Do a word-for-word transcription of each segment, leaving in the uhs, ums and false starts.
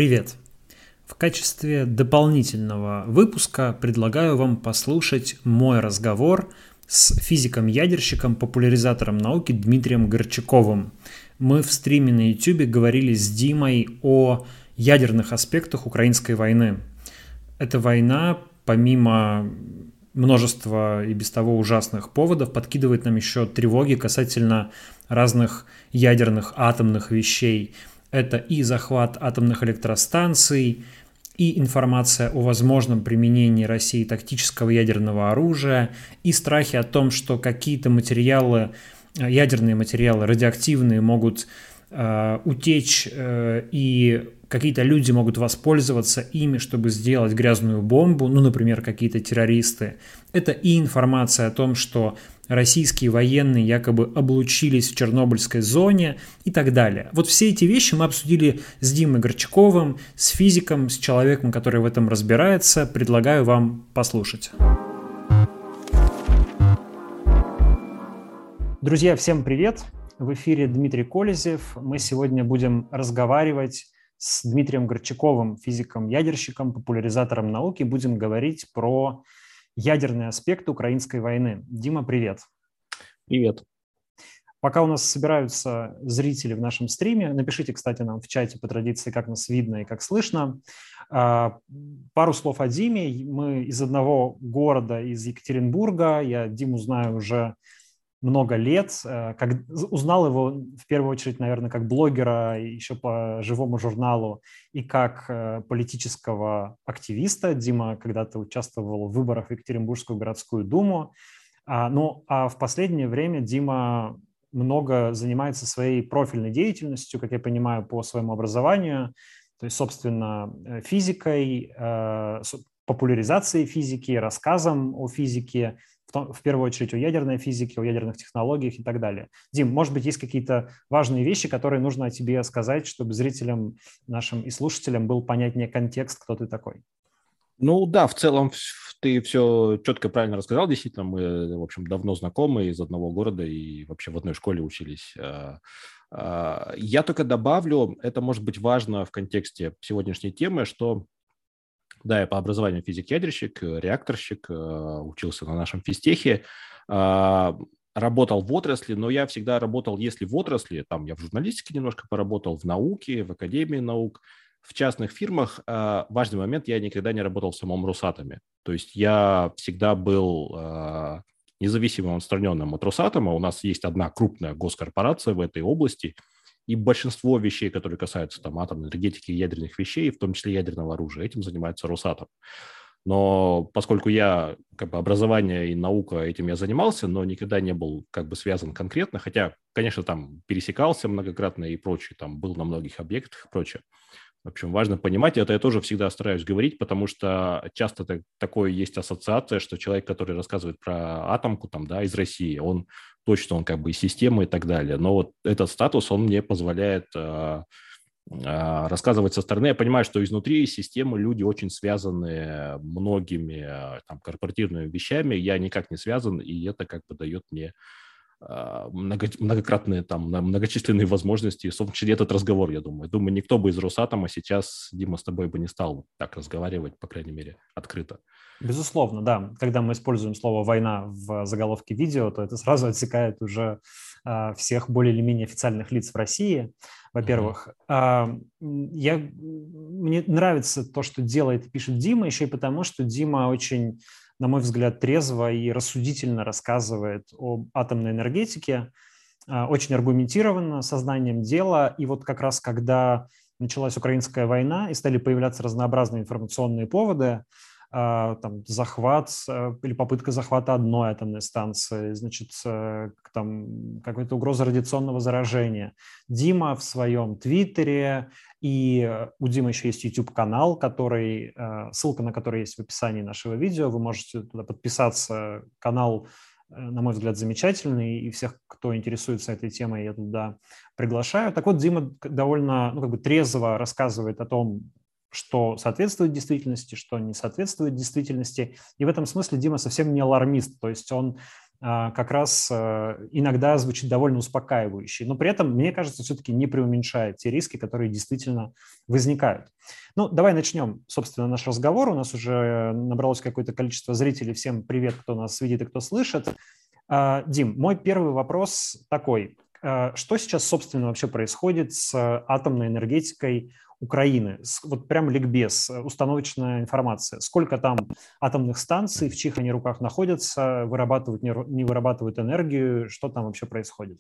Привет! В качестве дополнительного выпуска предлагаю вам послушать мой разговор с физиком-ядерщиком, популяризатором науки Дмитрием Горчаковым. Мы в стриме на YouTube говорили с Димой о ядерных аспектах украинской войны. Эта война, помимо множества и без того ужасных поводов, подкидывает нам еще тревоги касательно разных ядерных атомных вещей. Это и захват атомных электростанций, и информация о возможном применении России тактического ядерного оружия, и страхи о том, что какие-то материалы, ядерные материалы, радиоактивные, могут э, утечь, э, и какие-то люди могут воспользоваться ими, чтобы сделать грязную бомбу, ну, например, какие-то террористы. Это и информация о том, что российские военные якобы облучились в Чернобыльской зоне и так далее. Вот все эти вещи мы обсудили с Димой Горчаковым, с физиком, с человеком, который в этом разбирается. Предлагаю вам послушать. Друзья, всем привет! В эфире Дмитрий Колезев. Мы сегодня будем разговаривать с Дмитрием Горчаковым, физиком-ядерщиком, популяризатором науки. Будем говорить про ядерный аспект украинской войны. Дима, привет. Привет. Пока у нас собираются зрители в нашем стриме, напишите, кстати, нам в чате по традиции, как нас видно и как слышно. Пару слов о Диме. Мы из одного города, из Екатеринбурга. Я Диму знаю уже много лет. Как, узнал его в первую очередь, наверное, как блогера еще по живому журналу и как политического активиста. Дима когда-то участвовал в выборах в Екатеринбургскую городскую думу. Ну, а в последнее время Дима много занимается своей профильной деятельностью, как я понимаю, по своему образованию, то есть, собственно, физикой, популяризацией физики, рассказом о физике, в первую очередь о ядерной физике, о ядерных технологиях и так далее. Дим, может быть, есть какие-то важные вещи, которые нужно о тебе сказать, чтобы зрителям нашим и слушателям был понятнее контекст, кто ты такой? Ну да, в целом ты все четко правильно рассказал. Действительно, мы, в общем, давно знакомы из одного города и вообще в одной школе учились. Я только добавлю, это может быть важно в контексте сегодняшней темы, что да, я по образованию физик-ядерщик, реакторщик, учился на нашем физтехе, работал в отрасли, но я всегда работал, если в отрасли, там я в журналистике немножко поработал, в науке, в академии наук, в частных фирмах. Важный момент, я никогда не работал в самом Росатоме. То есть я всегда был независимым, отстраненным от Росатома. У нас есть одна крупная госкорпорация в этой области, и большинство вещей, которые касаются там, атомной энергетики и ядерных вещей, в том числе ядерного оружия, этим занимается Росатом. Но поскольку я, как бы, образование и наука, этим я занимался, но никогда не был, как бы, связан конкретно, хотя, конечно, там пересекался многократно и прочее, там был на многих объектах и прочее. В общем, важно понимать, это я тоже всегда стараюсь говорить, потому что часто так, такое есть ассоциация, что человек, который рассказывает про атомку там, да, из России, он точно, он как бы из системы и так далее. Но вот этот статус, он мне позволяет э, э, рассказывать со стороны. Я понимаю, что изнутри системы люди очень связаны многими э, там, корпоративными вещами. Я никак не связан, и это как бы дает мне Много, многократные, там, многочисленные возможности, в том числе этот разговор, я думаю. Думаю, никто бы из Росатома сейчас, Дима, с тобой бы не стал так разговаривать, по крайней мере, открыто. Безусловно, да. Когда мы используем слово «война» в заголовке видео, то это сразу отсекает уже а, всех более или менее официальных лиц в России, во-первых. Mm-hmm. А, я, мне нравится то, что делает и пишет Дима, еще и потому, что Дима очень, на мой взгляд, трезво и рассудительно рассказывает об атомной энергетике, очень аргументированно, сознанием дела. И вот как раз когда началась украинская война и стали появляться разнообразные информационные поводы, там, захват или попытка захвата одной атомной станции, значит, там, какая-то угроза радиационного заражения. Дима в своем твиттере, и у Димы еще есть YouTube-канал, который, ссылка на который есть в описании нашего видео, вы можете туда подписаться. Канал, на мой взгляд, замечательный, и всех, кто интересуется этой темой, я туда приглашаю. Так вот, Дима довольно, ну, как бы трезво рассказывает о том, что соответствует действительности, что не соответствует действительности. И в этом смысле Дима совсем не алармист. То есть он как раз иногда звучит довольно успокаивающе, но при этом, мне кажется, все-таки не преуменьшает те риски, которые действительно возникают. Ну, давай начнем, собственно, наш разговор. У нас уже набралось какое-то количество зрителей. Всем привет, кто нас видит и кто слышит. Дим, мой первый вопрос такой. Что сейчас, собственно, вообще происходит с атомной энергетикой Украины? Вот прям ликбез, установочная информация. Сколько там атомных станций, в чьих они руках находятся, вырабатывают, не вырабатывают энергию, что там вообще происходит?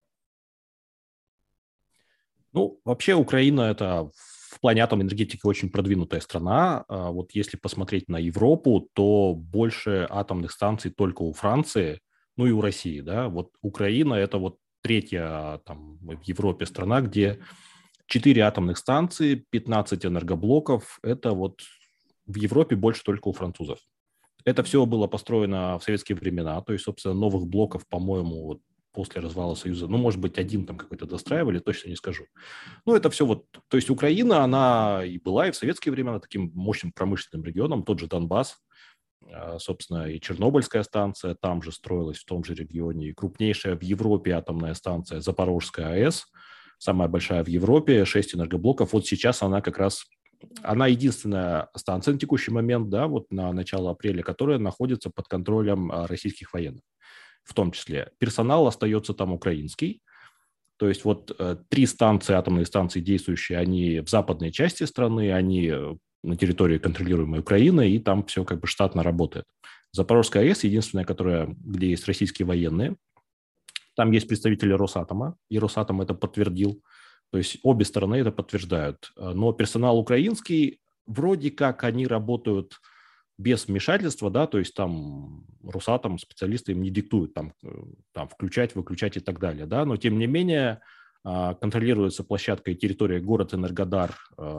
Ну, вообще Украина – это в плане атомной энергетики очень продвинутая страна. Вот если посмотреть на Европу, то больше атомных станций только у Франции, ну и у России, да. Вот Украина – это вот третья там в Европе страна, где четыре атомных станции, пятнадцать энергоблоков – это вот в Европе больше только у французов. Это все было построено в советские времена, то есть, собственно, новых блоков, по-моему, вот после развала Союза, ну, может быть, один там какой-то достраивали, точно не скажу. Ну, это все вот, то есть Украина, она и была и в советские времена таким мощным промышленным регионом, тот же Донбасс, собственно, и Чернобыльская станция там же строилась в том же регионе, и крупнейшая в Европе атомная станция Запорожская АЭС, самая большая в Европе, шесть энергоблоков. Вот сейчас она как раз, она единственная станция на текущий момент, да, вот на начало апреля, которая находится под контролем российских военных. В том числе персонал остается там украинский. То есть вот три станции, атомные станции действующие, они в западной части страны, они на территории контролируемой Украины, и там все как бы штатно работает. Запорожская АЭС единственная, которая, где есть российские военные. Там есть представители Росатома, и Росатом это подтвердил. То есть обе стороны это подтверждают. Но персонал украинский, вроде как они работают без вмешательства, да, то есть там Росатом, специалисты им не диктуют там, там включать, выключать и так далее, да, но тем не менее контролируется площадка и территория город Энергодар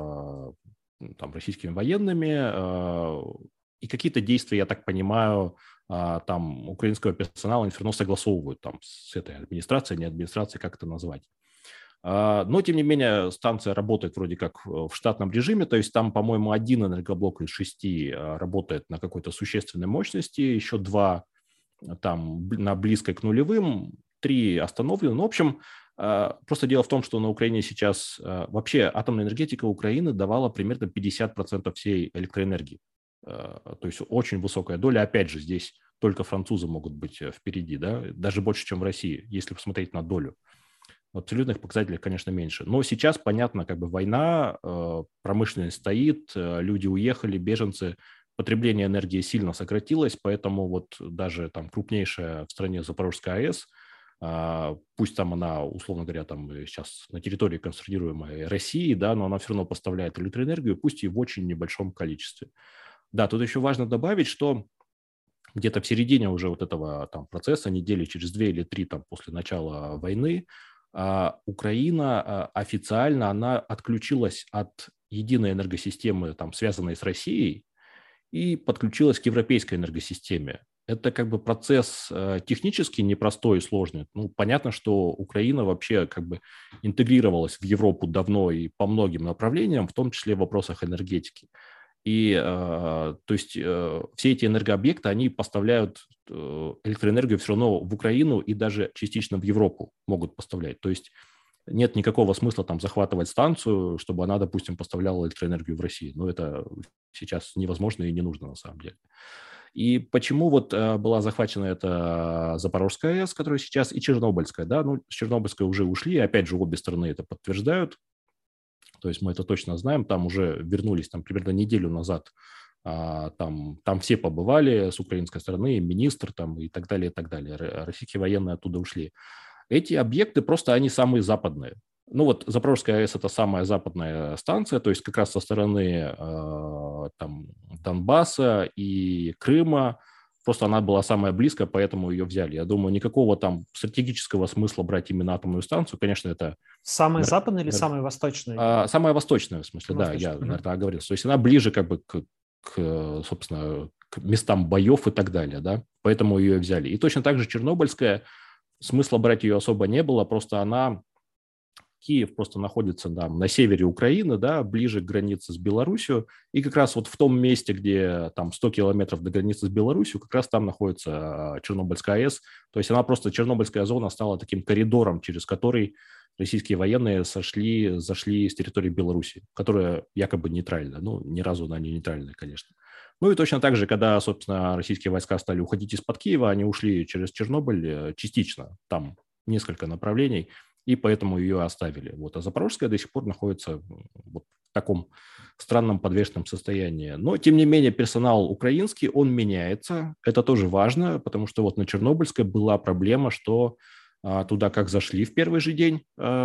там российскими военными, и какие-то действия, я так понимаю, там украинского персонала они все равно согласовывают там с этой администрацией, не администрацией, как это назвать. Но, тем не менее, станция работает вроде как в штатном режиме, то есть там, по-моему, один энергоблок из шести работает на какой-то существенной мощности, еще два там на близкой к нулевым, три остановлены. Ну, в общем, просто дело в том, что на Украине сейчас вообще атомная энергетика Украины давала примерно пятьдесят процентов всей электроэнергии. То есть очень высокая доля. Опять же, здесь только французы могут быть впереди, да, даже больше, чем в России, если посмотреть на долю. В абсолютных показателях, конечно, меньше. Но сейчас, понятно, как бы война, промышленность стоит, люди уехали, беженцы, потребление энергии сильно сократилось, поэтому вот даже там крупнейшая в стране Запорожская АЭС, пусть там она, условно говоря, там сейчас на территории конструируемой России, да, но она все равно поставляет электроэнергию, пусть и в очень небольшом количестве. Да, тут еще важно добавить, что где-то в середине уже вот этого там процесса, недели через две или три там после начала войны, Украина официально она отключилась от единой энергосистемы, там, связанной с Россией, и подключилась к европейской энергосистеме. Это как бы процесс технически непростой и сложный. Ну, понятно, что Украина вообще как бы интегрировалась в Европу давно и по многим направлениям, в том числе в вопросах энергетики. И, то есть, все эти энергообъекты, они поставляют электроэнергию все равно в Украину и даже частично в Европу могут поставлять. То есть, нет никакого смысла там захватывать станцию, чтобы она, допустим, поставляла электроэнергию в Россию. Но это сейчас невозможно и не нужно на самом деле. И почему вот была захвачена эта Запорожская АЭС, которая сейчас, и Чернобыльская, да, ну, с Чернобыльской уже ушли, опять же, обе стороны это подтверждают. То есть мы это точно знаем, там уже вернулись там примерно неделю назад, а, там, там все побывали с украинской стороны, министр там и так далее, и так далее. Российские военные оттуда ушли. Эти объекты просто, они самые западные. Ну вот Запорожская АЭС – это самая западная станция, то есть как раз со стороны э, там, Донбасса и Крыма, просто она была самая близкая, поэтому ее взяли. Я думаю, никакого там стратегического смысла брать именно атомную станцию, конечно, это… Самая западная или самая восточная? А, самая восточная, в смысле, самая да, восточная. Я, угу. наверное, оговорился. То есть она ближе как бы к, к, собственно, к местам боев и так далее, да, поэтому ее взяли. И точно так же Чернобыльская, смысла брать ее особо не было, просто она… Киев просто находится там на севере Украины, да, ближе к границе с Белоруссией, и как раз вот в том месте, где там сто километров до границы с Белоруссией, как раз там находится Чернобыльская АЭС. То есть она просто, Чернобыльская зона стала таким коридором, через который российские военные сошли, зашли с территории Беларуси, которая якобы нейтральна. Ну, ни разу она не нейтральная, конечно. Ну и точно так же, когда, собственно, российские войска стали уходить из-под Киева, они ушли через Чернобыль частично, там несколько направлений, и поэтому ее оставили. Вот. А Запорожская до сих пор находится вот в таком странном подвешенном состоянии. Но, тем не менее, персонал украинский, он меняется. Это тоже важно, потому что вот на Чернобыльской была проблема, что а, туда как зашли в первый же день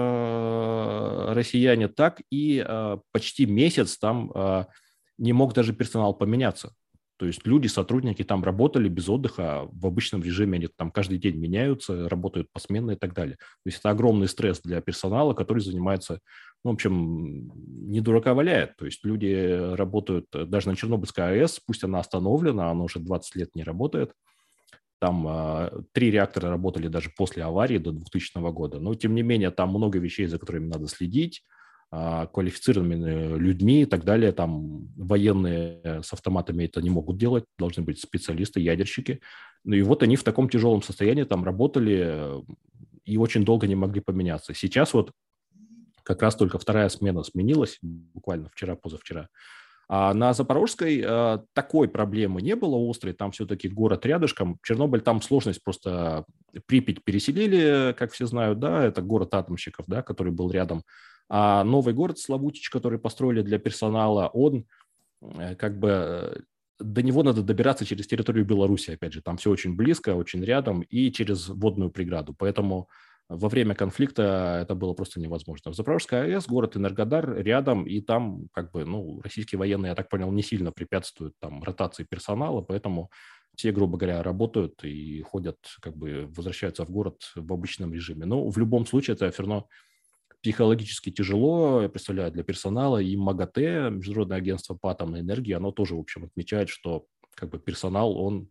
а, россияне, так и а, почти месяц там а, не мог даже персонал поменяться. То есть люди, сотрудники там работали без отдыха, в обычном режиме они там каждый день меняются, работают посменно и так далее. То есть это огромный стресс для персонала, который занимается, ну, в общем, не дурака валяет. То есть люди работают даже на Чернобыльской АЭС, пусть она остановлена, она уже двадцать лет не работает. Там э, три реактора работали даже после аварии до двухтысячного года. Но, тем не менее, там много вещей, за которыми надо следить, квалифицированными людьми и так далее. Там военные с автоматами это не могут делать, должны быть специалисты, ядерщики. Ну и вот они в таком тяжелом состоянии там работали и очень долго не могли поменяться. Сейчас вот как раз только вторая смена сменилась, буквально вчера-позавчера. А на Запорожской э, такой проблемы не было острой, там все-таки город рядышком. Чернобыль, там сложность просто Припять переселили, как все знают, да, это город атомщиков, да, который был рядом. А новый город Славутич, который построили для персонала, он э, как бы э, до него надо добираться через территорию Беларуси, опять же, там все очень близко, очень рядом и через водную преграду, поэтому во время конфликта это было просто невозможно. В Запорожской АЭС, город Энергодар рядом, и там как бы, ну, российские военные, я так понял, не сильно препятствуют там ротации персонала, поэтому все, грубо говоря, работают и ходят, как бы возвращаются в город в обычном режиме. Но в любом случае это все равно психологически тяжело, я представляю, для персонала. И МАГАТЭ, Международное агентство по атомной энергии, оно тоже, в общем, отмечает, что как бы персонал, он...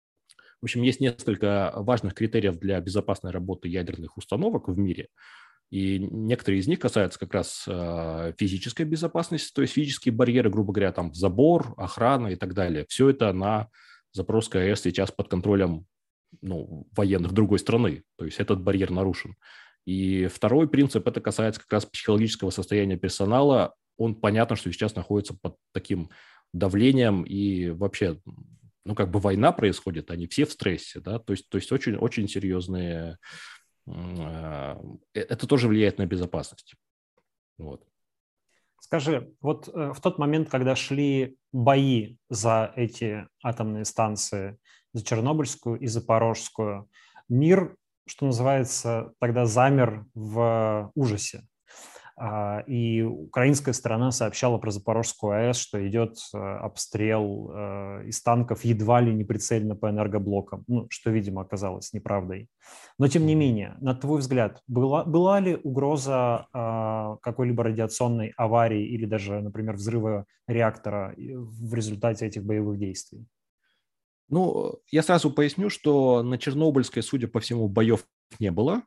В общем, есть несколько важных критериев для безопасной работы ядерных установок в мире. И некоторые из них касаются как раз э, физической безопасности, то есть физические барьеры, грубо говоря, там забор, охрана и так далее. Все это на Запорожской АЭС сейчас под контролем, ну, военных другой страны. То есть этот барьер нарушен. И второй принцип, это касается как раз психологического состояния персонала. Он, понятно, что сейчас находится под таким давлением и вообще, ну, как бы война происходит, они все в стрессе, да, то есть, то есть очень, очень серьезные, это тоже влияет на безопасность. Вот. Скажи, вот в тот момент, когда шли бои за эти атомные станции, за Чернобыльскую и Запорожскую, мир, что называется, тогда замер в ужасе. И украинская сторона сообщала про Запорожскую АЭС, что идет обстрел из танков едва ли не прицельно по энергоблокам, ну, что, видимо, оказалось неправдой. Но, тем не менее, на твой взгляд, была, была ли угроза какой-либо радиационной аварии или даже, например, взрыва реактора в результате этих боевых действий? Ну, я сразу поясню, что на Чернобыльской, судя по всему, боев не было.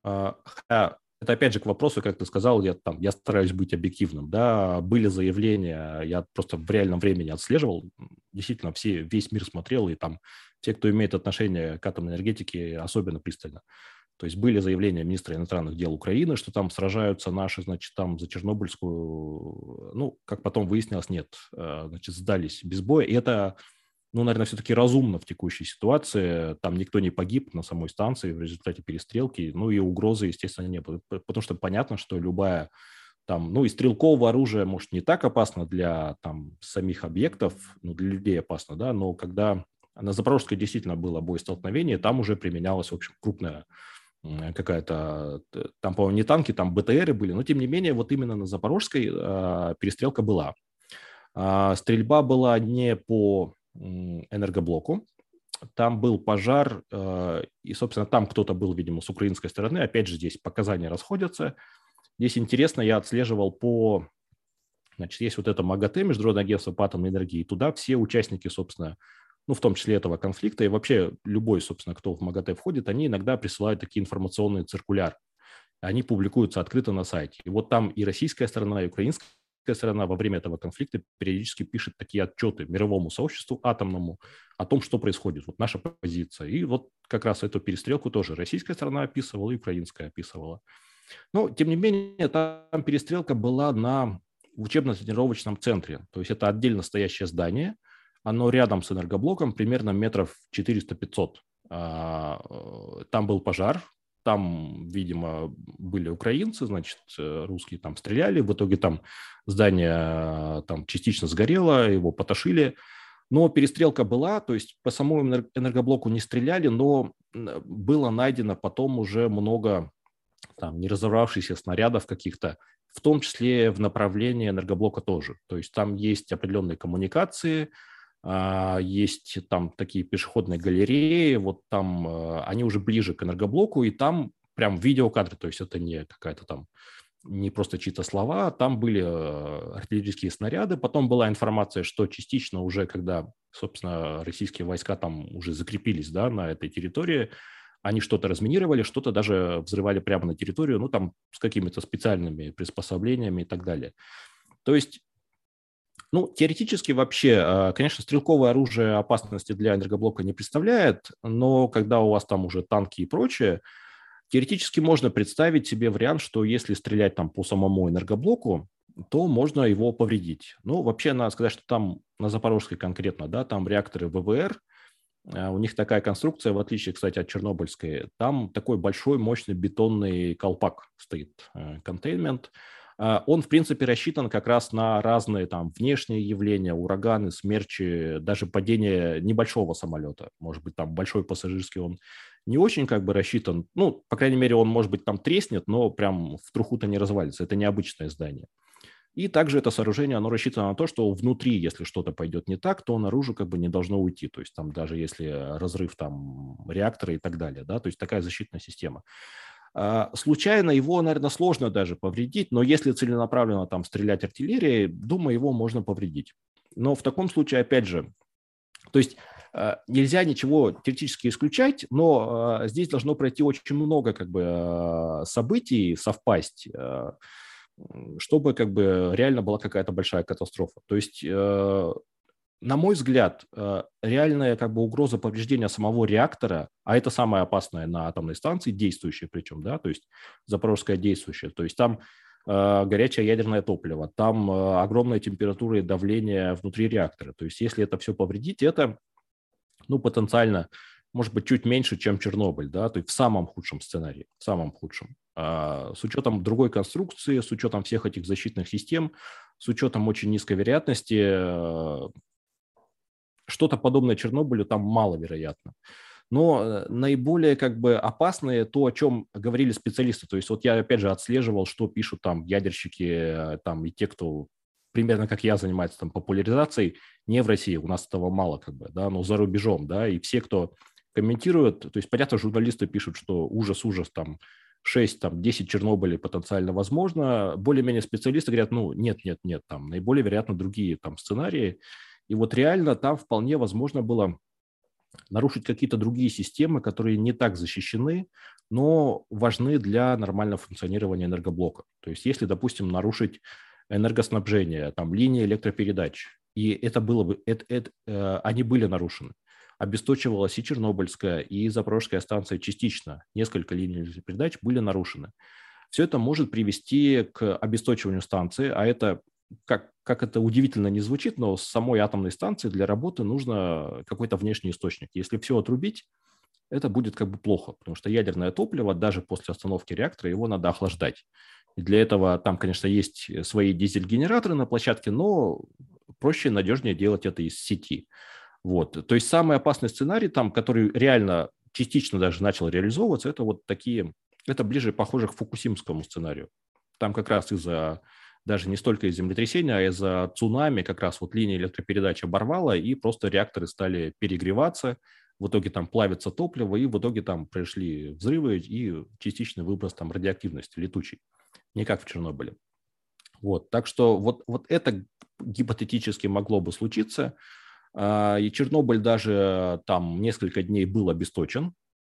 Это опять же к вопросу, как ты сказал, я, там, я стараюсь быть объективным. Да, были заявления, я просто в реальном времени отслеживал, действительно все, весь мир смотрел, и там те, кто имеет отношение к атомной энергетике, особенно пристально. То есть были заявления министра иностранных дел Украины, что там сражаются наши, значит, там за Чернобыльскую, ну, как потом выяснилось, нет, значит, сдались без боя. И это, ну, наверное, все-таки разумно в текущей ситуации. Там никто не погиб на самой станции в результате перестрелки. Ну и угрозы, естественно, не было. Потому что понятно, что любая там, ну и стрелковое оружие, может, не так опасно для там самих объектов, ну, для людей опасно, да, но когда на Запорожской действительно было боестолкновение, там уже применялась, в общем, крупная какая-то, там, по-моему, не танки, там БТРы были, но, тем не менее, вот именно на Запорожской э, перестрелка была. А, стрельба была не по энергоблоку. Там был пожар, и, собственно, там кто-то был, видимо, с украинской стороны. Опять же, здесь показания расходятся. Здесь интересно, я отслеживал по... Значит, есть вот это МАГАТЭ, Международное агентство по атомной энергии, и туда все участники, собственно, ну, в том числе этого конфликта, и вообще любой, собственно, кто в МАГАТЭ входит, они иногда присылают такие информационные циркуляры. Они публикуются открыто на сайте. И вот там и российская сторона, и украинская сторона во время этого конфликта периодически пишет такие отчеты мировому сообществу атомному о том, что происходит, вот наша позиция. И вот как раз эту перестрелку тоже российская сторона описывала и украинская описывала. Но, тем не менее, там перестрелка была на учебно-тренировочном центре. То есть это отдельно стоящее здание, оно рядом с энергоблоком, примерно метров четыреста-пятьсот. Там был пожар, там, видимо, были украинцы, значит, русские там стреляли. В итоге там здание там частично сгорело, его потушили. Но перестрелка была, то есть по самому энергоблоку не стреляли, но было найдено потом уже много там не разорвавшихся снарядов каких-то, в том числе в направлении энергоблока тоже. То есть там есть определенные коммуникации, есть там такие пешеходные галереи, вот там они уже ближе к энергоблоку, и там прям видеокадры, то есть это не какая-то там, не просто чьи-то слова, там были артиллерийские снаряды, потом была информация, что частично уже, когда, собственно, российские войска там уже закрепились, да, на этой территории, они что-то разминировали, что-то даже взрывали прямо на территорию, ну, там с какими-то специальными приспособлениями и так далее. То есть, ну, теоретически вообще, конечно, стрелковое оружие опасности для энергоблока не представляет, но когда у вас там уже танки и прочее, теоретически можно представить себе вариант, что если стрелять там по самому энергоблоку, то можно его повредить. Ну, вообще, надо сказать, что там на Запорожской конкретно, да, там реакторы ВВР, у них такая конструкция, в отличие, кстати, от чернобыльской, там такой большой мощный бетонный колпак стоит, контейнмент. Он, в принципе, рассчитан как раз на разные там внешние явления, ураганы, смерчи, даже падение небольшого самолета. Может быть, там большой пассажирский он не очень как бы рассчитан. Ну, по крайней мере, он, может быть, там треснет, но прям в труху-то не развалится. Это необычное здание. И также это сооружение, оно рассчитано на то, что внутри, если что-то пойдет не так, то наружу как бы не должно уйти. То есть там даже если разрыв там реактора и так далее, да, то есть такая защитная система. Случайно его, наверное, сложно даже повредить, но если целенаправленно там стрелять артиллерией, думаю, его можно повредить. Но в таком случае, опять же, то есть нельзя ничего теоретически исключать, но здесь должно пройти очень много как бы событий, совпасть, чтобы как бы реально была какая-то большая катастрофа. То есть, э, на мой взгляд, э, реальная как бы угроза повреждения самого реактора, а это самое опасное на атомной станции, действующее причем, да, то есть Запорожская действующая, то есть там э, горячее ядерное топливо, там э, огромная температура и давление внутри реактора. То есть если это все повредить, это, ну, потенциально может быть чуть меньше, чем Чернобыль, да, то есть в самом худшем сценарии, в самом худшем. А, с учетом другой конструкции, с учетом всех этих защитных систем, с учетом очень низкой вероятности, что-то подобное Чернобылю там маловероятно. Но наиболее как бы опасные то, о чем говорили специалисты. То есть вот я опять же отслеживал, что пишут там ядерщики, там и те, кто примерно как я занимается там популяризацией, не в России, у нас этого мало как бы, да, но за рубежом, да, и все, кто комментируют, то есть понятно, журналисты пишут, что ужас, ужас, там шесть, там десять Чернобылей потенциально возможно, более-менее специалисты говорят, ну нет, нет, нет, там наиболее вероятно другие там сценарии, и вот реально там вполне возможно было нарушить какие-то другие системы, которые не так защищены, но важны для нормального функционирования энергоблока. То есть если, допустим, нарушить энергоснабжение, там линии электропередач, и это было бы, это, это, э, они были нарушены. Обесточивалась и Чернобыльская, и Запорожская станция частично. Несколько линий электропередач были нарушены. Все это может привести к обесточиванию станции, а это, как, как это удивительно не звучит, но с самой атомной станции для работы нужно какой-то внешний источник. Если все отрубить, это будет как бы плохо, потому что ядерное топливо, даже после остановки реактора, его надо охлаждать. И для этого там, конечно, есть свои дизель-генераторы на площадке, но проще и надежнее делать это из сети. Вот. То есть самый опасный сценарий, там, который реально частично даже начал реализовываться, это вот такие, это ближе похоже к фукусимскому сценарию. Там как раз из-за, даже не столько из землетрясения, а из-за цунами как раз вот линия электропередач оборвала, и просто реакторы стали перегреваться, в итоге там плавится топливо, и в итоге там произошли взрывы и частичный выброс там радиоактивности летучей, не как в Чернобыле. Вот. Так что вот, вот это гипотетически могло бы случиться. И Чернобыль даже там несколько дней был обесточен.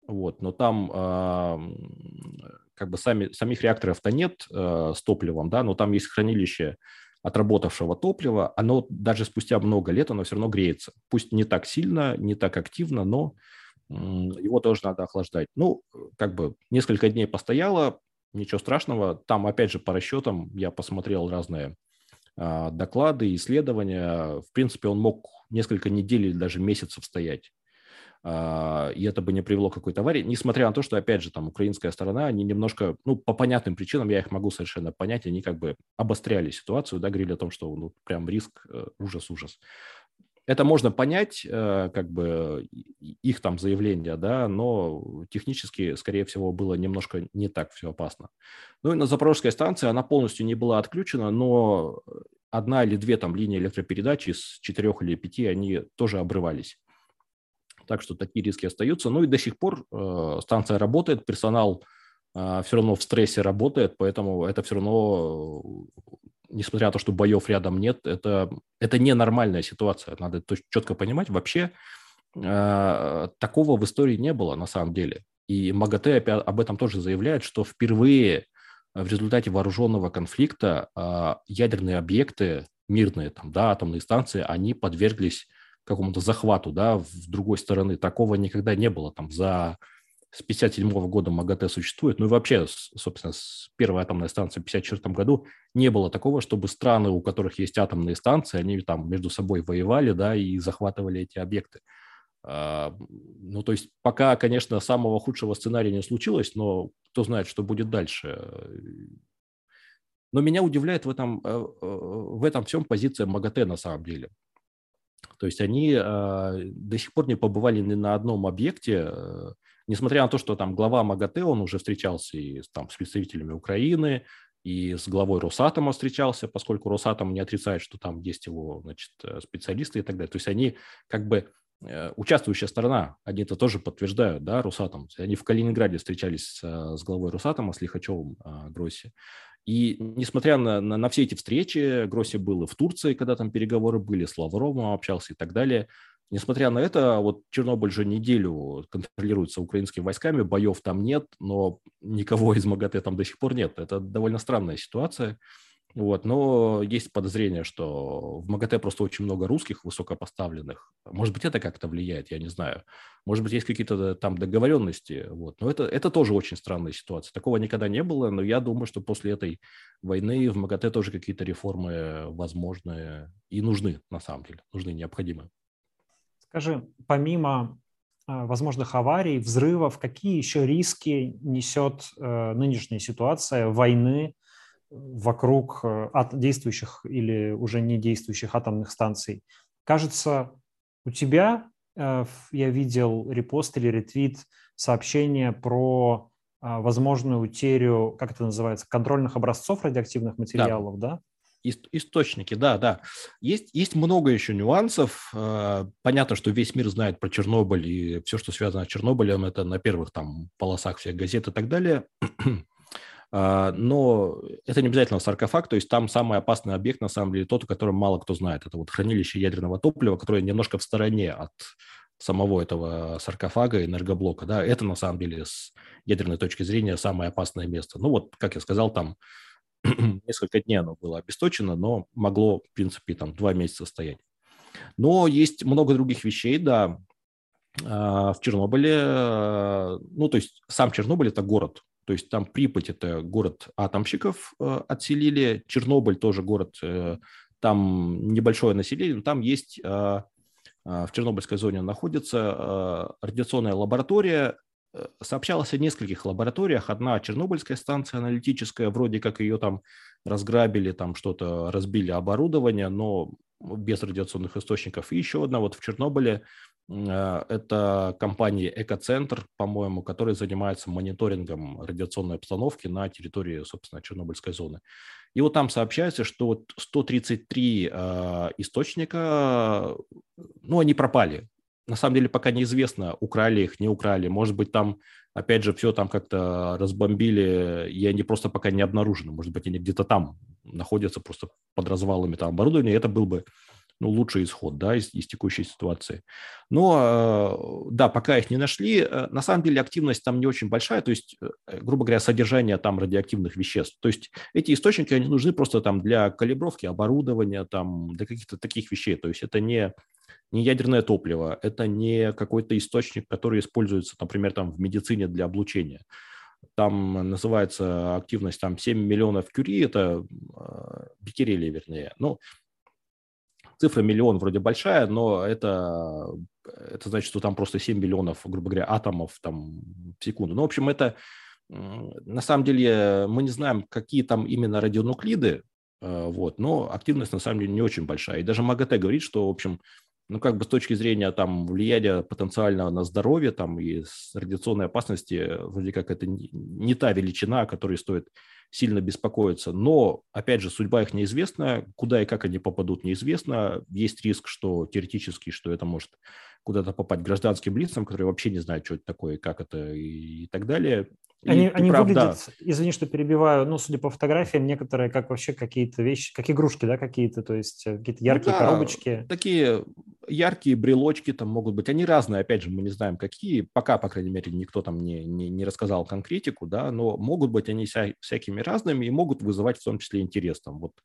вот, но там э, как бы сами, самих реакторов-то нет э, с топливом, да, но там есть хранилище отработавшего топлива, оно даже спустя много лет, оно все равно греется. Пусть не так сильно, не так активно, но его тоже надо охлаждать. Ну, как бы несколько дней постояло, ничего страшного. Там, опять же, по расчетам я посмотрел разные а, доклады, исследования. В принципе, он мог несколько недель или даже месяцев стоять. А, и это бы не привело к какой-то аварии. Несмотря на то, что, опять же, там украинская сторона, они немножко, ну, по понятным причинам, я их могу совершенно понять, они как бы обостряли ситуацию, да, говорили о том, что, ну, прям риск, ужас-ужас. Это можно понять, как бы их там заявления, да, но технически, скорее всего, было немножко не так все опасно. Ну и на Запорожской станции она полностью не была отключена, но одна или две там линии электропередач из четырех или пяти, они тоже обрывались. Так что такие риски остаются. Ну и до сих пор станция работает, персонал все равно в стрессе работает, поэтому это все равно... Несмотря на то, что боев рядом нет, это, это ненормальная ситуация. Надо это четко понимать. Вообще э, такого в истории не было на самом деле. И МАГАТЭ опять об этом тоже заявляет, что впервые в результате вооруженного конфликта э, ядерные объекты, мирные, там, да, атомные станции, они подверглись какому-то захвату, да, в другой стороны. Такого никогда не было там за... С пятьдесят седьмого года МАГАТЭ существует, ну и вообще, собственно, с первой атомной станции в пятьдесят четвёртом году не было такого, чтобы страны, у которых есть атомные станции, они там между собой воевали, да, и захватывали эти объекты. Ну, то есть пока, конечно, самого худшего сценария не случилось, но кто знает, что будет дальше. Но меня удивляет в этом, в этом всем позиция МАГАТЭ на самом деле. То есть они до сих пор не побывали ни на одном объекте, несмотря на то, что там глава МАГАТЭ, он уже встречался и там, с представителями Украины, и с главой Росатома встречался, поскольку Росатом не отрицает, что там есть его, значит, специалисты и так далее. То есть они как бы участвующая сторона, они это тоже подтверждают, да, Росатом. Они в Калининграде встречались с, с главой Росатома, с Лихачевым, Гросси. И несмотря на, на, на все эти встречи, Гросси был и в Турции, когда там переговоры были, с Лавровым общался и так далее. Несмотря на это, вот Чернобыль же неделю контролируется украинскими войсками, боев там нет, но никого из МАГАТЭ там до сих пор нет. Это довольно странная ситуация. Вот, но есть подозрение, что в МАГАТЭ просто очень много русских высокопоставленных. Может быть, это как-то влияет, я не знаю. Может быть, есть какие-то там договоренности. Вот. Но это, это тоже очень странная ситуация. Такого никогда не было, но я думаю, что после этой войны в МАГАТЭ тоже какие-то реформы возможны и нужны, на самом деле, нужны, необходимы. Скажи, помимо э, возможных аварий, взрывов, какие еще риски несет э, нынешняя ситуация войны вокруг от действующих или уже не действующих атомных станций? Кажется, у тебя, э, я видел репост или ретвит сообщения про э, возможную утерю, как это называется, контрольных образцов радиоактивных материалов, да? да? Источники, да, да. Есть, есть много еще нюансов. Понятно, что весь мир знает про Чернобыль, и все, что связано с Чернобылем, это на первых там полосах всех газет и так далее. Но это не обязательно саркофаг, то есть там самый опасный объект, на самом деле, тот, о котором мало кто знает. Это вот хранилище ядерного топлива, которое немножко в стороне от самого этого саркофага, энергоблока. Да, это, на самом деле, с ядерной точки зрения самое опасное место. Ну вот, как я сказал, там несколько дней оно было обесточено, но могло, в принципе, там два месяца стоять. Но есть много других вещей, да. В Чернобыле, ну, то есть сам Чернобыль – это город. То есть там Припять – это город атомщиков отселили, Чернобыль тоже город, там небольшое население, но там есть, в Чернобыльской зоне находится радиационная лаборатория. Сообщалось о нескольких лабораториях. Одна чернобыльская станция аналитическая, вроде как ее там разграбили, там что-то разбили оборудование, но без радиационных источников. И еще одна вот в Чернобыле, это компания «Экоцентр», по-моему, которая занимается мониторингом радиационной обстановки на территории, собственно, Чернобыльской зоны. И вот там сообщается, что вот сто тридцать три источника, ну, они пропали. На самом деле пока неизвестно, украли их, не украли. Может быть, там, опять же, все там как-то разбомбили, и они просто пока не обнаружены. Может быть, они где-то там находятся просто под развалами там оборудования. Это был бы ну, лучший исход, да, из, из текущей ситуации. Но, да, пока их не нашли, на самом деле активность там не очень большая, то есть, грубо говоря, содержание там радиоактивных веществ. То есть эти источники, они нужны просто там для калибровки оборудования, там, для каких-то таких вещей. То есть это не, не ядерное топливо, это не какой-то источник, который используется, например, там в медицине для облучения. Там называется активность там семь миллионов кюри, это э, беккерелей, вернее. Ну, цифра миллион вроде большая, но это, это значит, что там просто семь миллионов, грубо говоря, атомов там, в секунду. Ну, в общем, это на самом деле мы не знаем, какие там именно радионуклиды, вот, но активность на самом деле не очень большая. И даже МАГАТЭ говорит, что, в общем, ну, как бы с точки зрения там влияния потенциального на здоровье там и с радиационной опасности, вроде как это не, не та величина, о которой стоит сильно беспокоиться. Но, опять же, судьба их неизвестна, куда и как они попадут, неизвестно. Есть риск, что теоретически, что это может куда-то попасть гражданским лицам, которые вообще не знают, что это такое, как это и, и так далее. И Они, они прав, выглядят, да. извини, что перебиваю, ну, судя по фотографиям, некоторые как вообще какие-то вещи, как игрушки, да, какие-то, то есть какие-то яркие Ну, да, коробочки. Такие яркие брелочки там могут быть. Они разные, опять же, мы не знаем, какие. Пока, по крайней мере, никто там не, не, не рассказал конкретику, да, но могут быть они вся, всякими разными и могут вызывать в том числе интерес. Там, вот,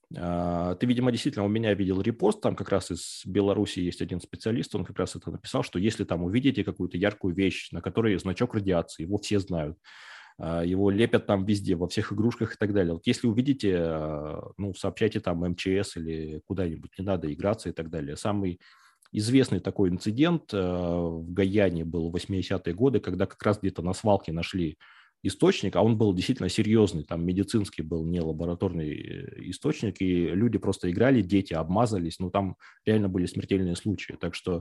э, ты, видимо, действительно у меня видел репост, там как раз из Беларуси есть один специалист, он как раз это написал, что если там увидите какую-то яркую вещь, на которой значок радиации, его все знают, его лепят там везде, во всех игрушках и так далее. Вот если увидите, ну, сообщайте там эм че эс или куда-нибудь, не надо играться и так далее. Самый известный такой инцидент в Гаяне был в восьмидесятые годы, когда как раз где-то на свалке нашли источник, а он был действительно серьезный, там медицинский был, не лабораторный источник, и люди просто играли, дети обмазались, ну, там реально были смертельные случаи. Так что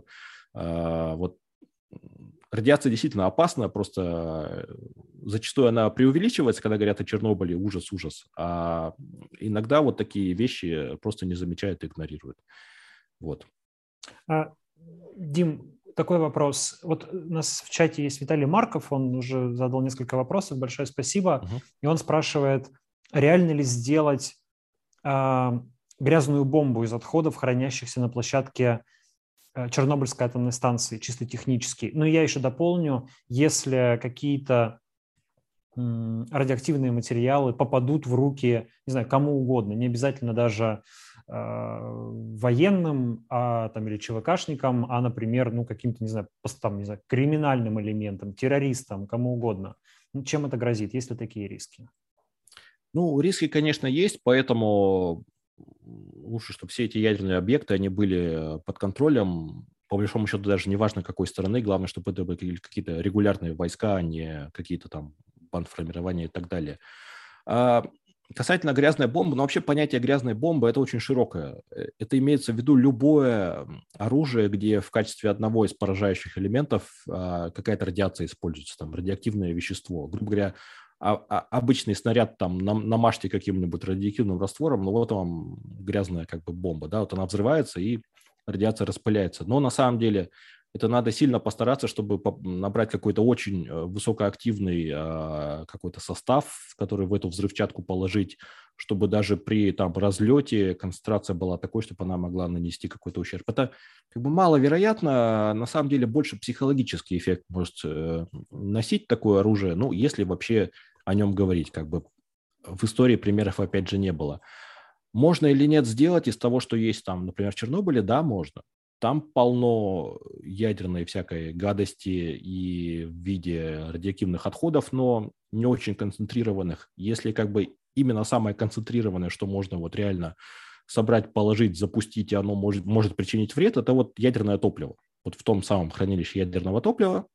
вот радиация действительно опасна, просто зачастую она преувеличивается, когда говорят о Чернобыле, ужас, ужас. А иногда вот такие вещи просто не замечают и игнорируют. Вот. А, Дим, такой вопрос. Вот у нас в чате есть Виталий Марков, он уже задал несколько вопросов, большое спасибо. Угу. И он спрашивает, реально ли сделать а, грязную бомбу из отходов, хранящихся на площадке Чернобыльской атомной станции, чисто технически. Но я еще дополню, если какие-то радиоактивные материалы попадут в руки, не знаю, кому угодно, не обязательно даже э, военным а, там, или ЧВКшникам, а, например, ну, каким-то, не знаю, там, не знаю, криминальным элементам, террористам, кому угодно. Ну, чем это грозит? Есть ли такие риски? Ну, риски, конечно, есть, поэтому лучше, чтобы все эти ядерные объекты, они были под контролем. По большому счету, даже не важно, какой стороны. Главное, чтобы это были какие-то регулярные войска, а не какие-то там бандформирования и так далее. А касательно грязной бомбы, ну, вообще понятие грязной бомбы – это очень широкое. Это имеется в виду любое оружие, где в качестве одного из поражающих элементов какая-то радиация используется, там, радиоактивное вещество. Грубо говоря, А, а, обычный снаряд там намажьте каким-нибудь радиоактивным раствором, но вот вам грязная как бы бомба, да, вот она взрывается и радиация распыляется. Но на самом деле это надо сильно постараться, чтобы набрать какой-то очень высокоактивный а, какой-то состав, который в эту взрывчатку положить, чтобы даже при там разлете концентрация была такой, чтобы она могла нанести какой-то ущерб. Это как бы маловероятно, на самом деле больше психологический эффект может э, носить такое оружие, ну, если вообще о нем говорить, как бы в истории примеров опять же не было. Можно или нет сделать из того, что есть там, например, в Чернобыле? Да, можно. Там полно ядерной всякой гадости и в виде радиоактивных отходов, но не очень концентрированных. Если как бы именно самое концентрированное, что можно вот реально собрать, положить, запустить, и оно может, может причинить вред, это вот ядерное топливо. Вот в том самом хранилище ядерного топлива,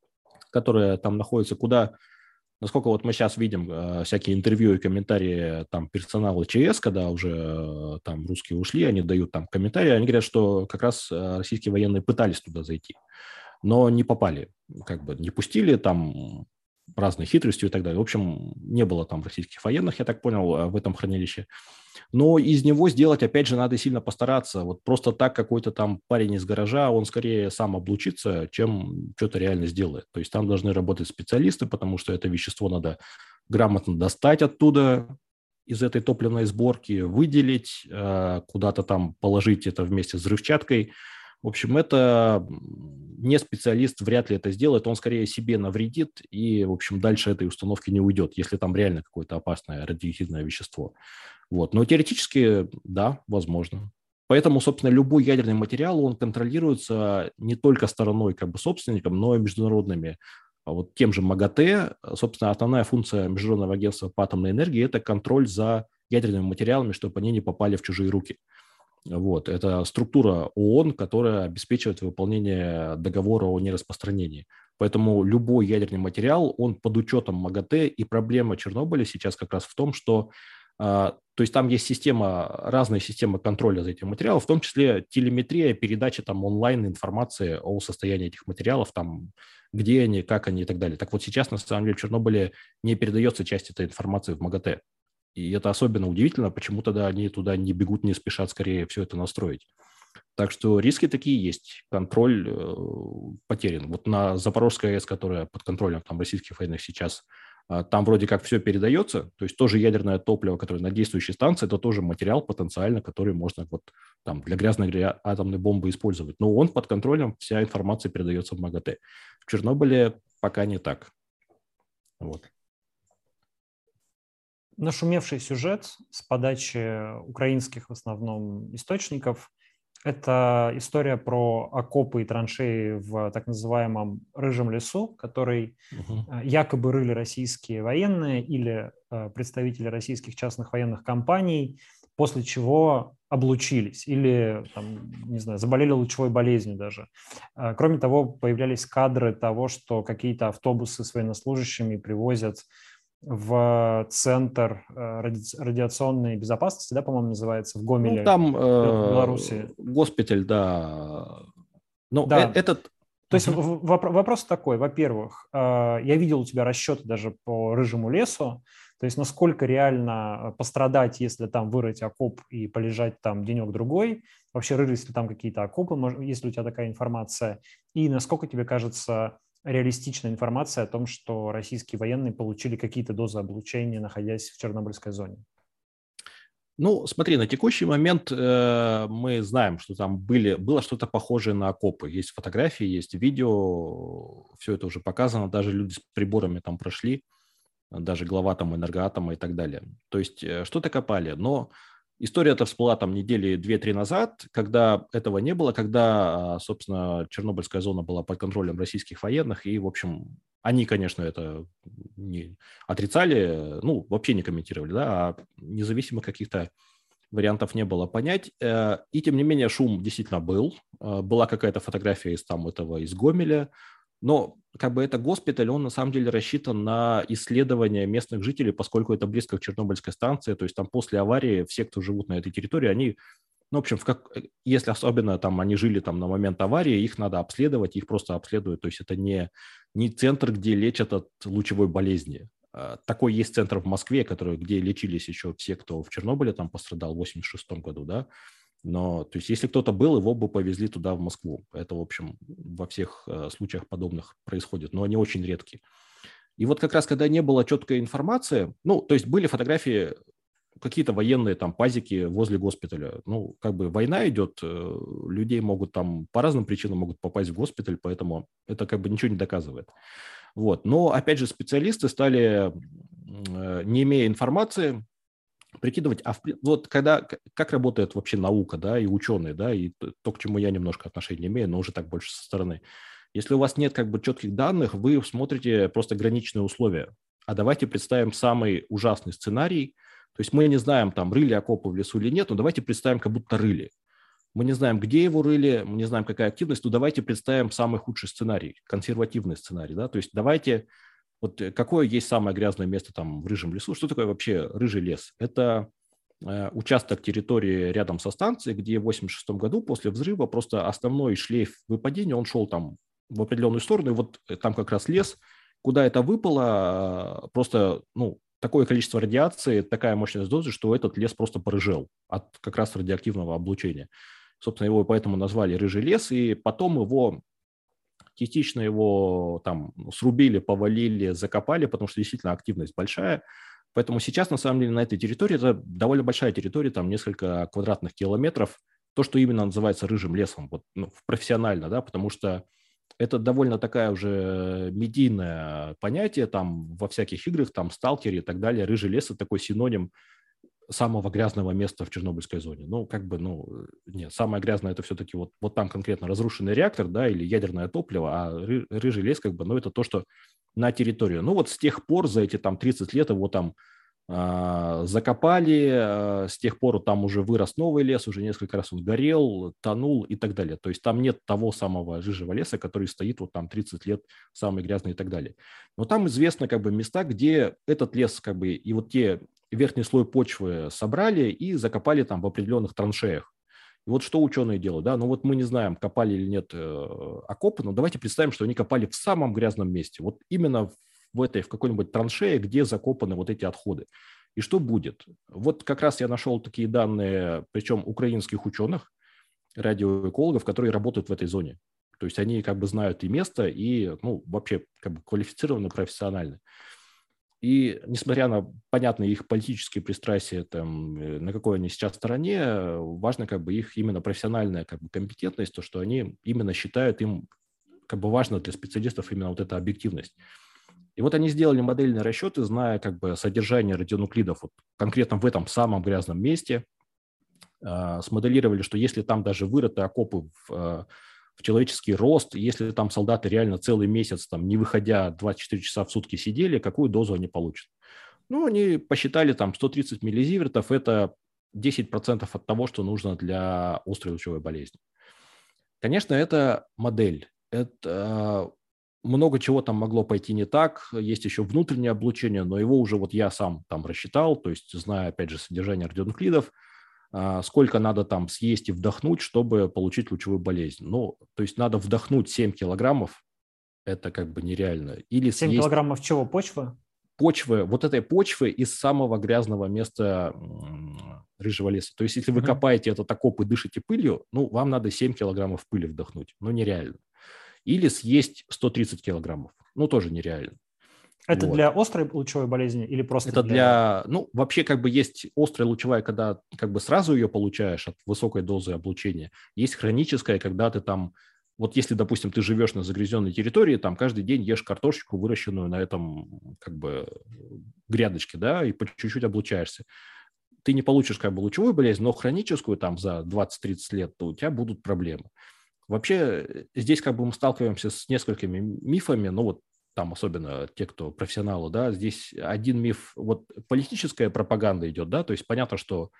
которое там находится, куда, насколько вот мы сейчас видим э, всякие интервью и комментарии там персонала ЧС, когда уже э, там русские ушли, они дают там комментарии, они говорят, что как раз э, российские военные пытались туда зайти, но не попали, как бы не пустили, там разной хитростью и так далее. В общем, не было там российских военных, я так понял, в этом хранилище. Но из него сделать, опять же, надо сильно постараться. Вот просто так какой-то там парень из гаража, он скорее сам облучится, чем что-то реально сделает. То есть там должны работать специалисты, потому что это вещество надо грамотно достать оттуда, из этой топливной сборки выделить, куда-то там положить это вместе с взрывчаткой. В общем, это не специалист вряд ли это сделает, он скорее себе навредит и, в общем, дальше этой установки не уйдет, если там реально какое-то опасное радиоактивное вещество. Вот. Но теоретически, да, возможно. Поэтому, собственно, любой ядерный материал, он контролируется не только стороной как бы собственником, но и международными. Вот тем же МАГАТЭ, собственно, основная функция Международного агентства по атомной энергии – это контроль за ядерными материалами, чтобы они не попали в чужие руки. Вот. Это структура ООН, которая обеспечивает выполнение договора о нераспространении. Поэтому любой ядерный материал, он под учетом МАГАТЭ, и проблема Чернобыля сейчас как раз в том, что то есть там есть система, разные системы контроля за этим материалом, в том числе телеметрия, передача там онлайн информации о состоянии этих материалов, там, где они, как они и так далее. Так вот сейчас, на самом деле, в Чернобыле не передается часть этой информации в МАГАТЭ. И это особенно удивительно, почему тогда они туда не бегут, не спешат скорее все это настроить. Так что риски такие есть, контроль э, потерян. Вот на Запорожской АЭС, которая под контролем там, российских военных сейчас, э, там вроде как все передается, то есть тоже ядерное топливо, которое на действующей станции, это тоже материал потенциально, который можно вот, там, для грязной атомной бомбы использовать. Но он под контролем, вся информация передается в МАГАТЭ. В Чернобыле пока не так. Вот. Нашумевший сюжет с подачи украинских в основном источников – это история про окопы и траншеи в так называемом Рыжем лесу, который угу. якобы рыли российские военные или представители российских частных военных компаний, после чего облучились или, там, не знаю, заболели лучевой болезнью даже. Кроме того, появлялись кадры того, что какие-то автобусы с военнослужащими привозят в Центр ради... радиационной безопасности, да, по-моему, называется, в Гомеле, ну, там, в Беларуси. Э, госпиталь, да. Ну, да. Э- этот... То есть uh-huh. воп- вопрос такой, во-первых, э, я видел у тебя расчеты даже по Рыжему лесу, то есть насколько реально пострадать, если там вырыть окоп и полежать там денек-другой, вообще рылись ли там какие-то окопы, есть ли у тебя такая информация, и насколько тебе кажется реалистичная информация о том, что российские военные получили какие-то дозы облучения, находясь в Чернобыльской зоне? Ну, смотри, на текущий момент э, мы знаем, что там были, было что-то похожее на окопы. Есть фотографии, есть видео, все это уже показано, даже люди с приборами там прошли, даже глава там энергоатома и так далее. То есть э, что-то копали, но история-то всплыла там недели две-три назад, когда этого не было, когда, собственно, Чернобыльская зона была под контролем российских военных, и, в общем, они, конечно, это не отрицали, ну, вообще не комментировали, да, а независимых каких-то вариантов не было понять. И, тем не менее, шум действительно был. Была какая-то фотография из там этого, из Гомеля, но как бы это госпиталь, он на самом деле рассчитан на исследования местных жителей, поскольку это близко к Чернобыльской станции, то есть там после аварии все, кто живут на этой территории, они, ну, в общем, в как, если особенно там они жили там на момент аварии, их надо обследовать, их просто обследуют, то есть это не, не центр, где лечат от лучевой болезни. Такой есть центр в Москве, который, где лечились еще все, кто в Чернобыле там пострадал в восемьдесят шестом году, да. Но, то есть, если кто-то был, его бы повезли туда, в Москву. Это, в общем, во всех э, случаях подобных происходит, но они очень редкие. И вот как раз, когда не было четкой информации, ну, то есть, были фотографии, какие-то военные там пазики возле госпиталя. Ну, как бы война идет, э, людей могут там по разным причинам могут попасть в госпиталь, поэтому это как бы ничего не доказывает. Вот. Но, опять же, специалисты стали, э, не имея информации, прикидывать, а в, вот когда, как работает вообще наука, да, и ученые, да, и то, то, к чему я немножко отношения имею, но уже так больше со стороны. Если у вас нет как бы четких данных, вы смотрите просто граничные условия. А давайте представим самый ужасный сценарий. То есть мы не знаем, там, рыли окопы в лесу или нет, но давайте представим, как будто рыли. Мы не знаем, где его рыли, мы не знаем, какая активность, но давайте представим самый худший сценарий, консервативный сценарий, да, то есть давайте... Вот какое есть самое грязное место там в Рыжем лесу? Что такое вообще Рыжий лес? Это э, участок территории рядом со станцией, где в восемьдесят шестом году после взрыва просто основной шлейф выпадения, он шел там в определенную сторону, и вот там как раз лес, куда это выпало, э, просто, ну, такое количество радиации, такая мощность дозы, что этот лес просто порыжел от как раз радиоактивного облучения. Собственно, его поэтому назвали Рыжий лес, и потом его... частично его там срубили, повалили, закопали, потому что действительно активность большая. Поэтому сейчас, на самом деле, на этой территории, это довольно большая территория, там несколько квадратных километров, то, что именно называется рыжим лесом, вот, ну, профессионально, да, потому что это довольно такая уже медийное понятие, там во всяких играх, там сталкере и так далее, рыжий лес – это такой синоним самого грязного места в Чернобыльской зоне. Ну, как бы, ну, нет, самое грязное – это все-таки вот, вот там конкретно разрушенный реактор, да, или ядерное топливо, а ры, рыжий лес, как бы, ну, это то, что на территорию. Ну, вот с тех пор, за эти там тридцать лет его там а, закопали, а, с тех пор там уже вырос новый лес, уже несколько раз он горел, тонул и так далее. То есть там нет того самого рыжего леса, который стоит вот там тридцать лет, самый грязный и так далее. Но там известно как бы места, где этот лес как бы и вот те верхний слой почвы собрали и закопали там в определенных траншеях. И вот что ученые делают, да, ну вот мы не знаем, копали или нет э, окопы, но давайте представим, что они копали в самом грязном месте, вот именно в этой, в какой-нибудь траншее, где закопаны вот эти отходы. И что будет? Вот как раз я нашел такие данные, причем украинских ученых, радиоэкологов, которые работают в этой зоне. То есть они как бы знают и место, и, ну, вообще как бы квалифицированы профессионально. И несмотря на понятные их политические пристрастия, там, на какой они сейчас стороне, важно как бы их именно профессиональная как бы компетентность, то, что они именно считают им как бы важно для специалистов именно вот эта объективность. И вот они сделали модельные расчеты, зная как бы содержание радионуклидов вот конкретно в этом самом грязном месте, э, смоделировали, что если там даже вырыты окопы в, э, в человеческий рост, если там солдаты реально целый месяц, там, не выходя двадцать четыре часа в сутки сидели, какую дозу они получат? Ну, они посчитали там сто тридцать миллизивертов, это десять процентов от того, что нужно для острой лучевой болезни. Конечно, это модель, это много чего там могло пойти не так, есть еще внутреннее облучение, но его уже вот я сам там рассчитал, то есть зная, опять же, содержание радионуклидов, сколько надо там съесть и вдохнуть, чтобы получить лучевую болезнь. Ну, то есть надо вдохнуть семь килограммов, это как бы нереально. Или семь съесть килограммов чего? Почвы? Почвы, вот этой почвы из самого грязного места рыжего леса. То есть если вы Мгм. копаете этот окоп и дышите пылью, ну, вам надо семь килограммов пыли вдохнуть. Ну, нереально. Или съесть сто тридцать килограммов. Ну, тоже нереально. Это Вот. для острой лучевой болезни или просто Это для... для, ну, вообще как бы есть острая лучевая, когда как бы сразу ее получаешь от высокой дозы облучения. Есть хроническая, когда ты там, вот если, допустим, ты живешь на загрязненной территории, там каждый день ешь картошечку, выращенную на этом как бы грядочке, да, и по чуть-чуть облучаешься. Ты не получишь как бы лучевую болезнь, но хроническую там за двадцать-тридцать лет, то у тебя будут проблемы. Вообще здесь как бы мы сталкиваемся с несколькими мифами, ну вот там особенно те, кто профессионалы, да, здесь один миф, вот политическая пропаганда идет, да, то есть понятно, что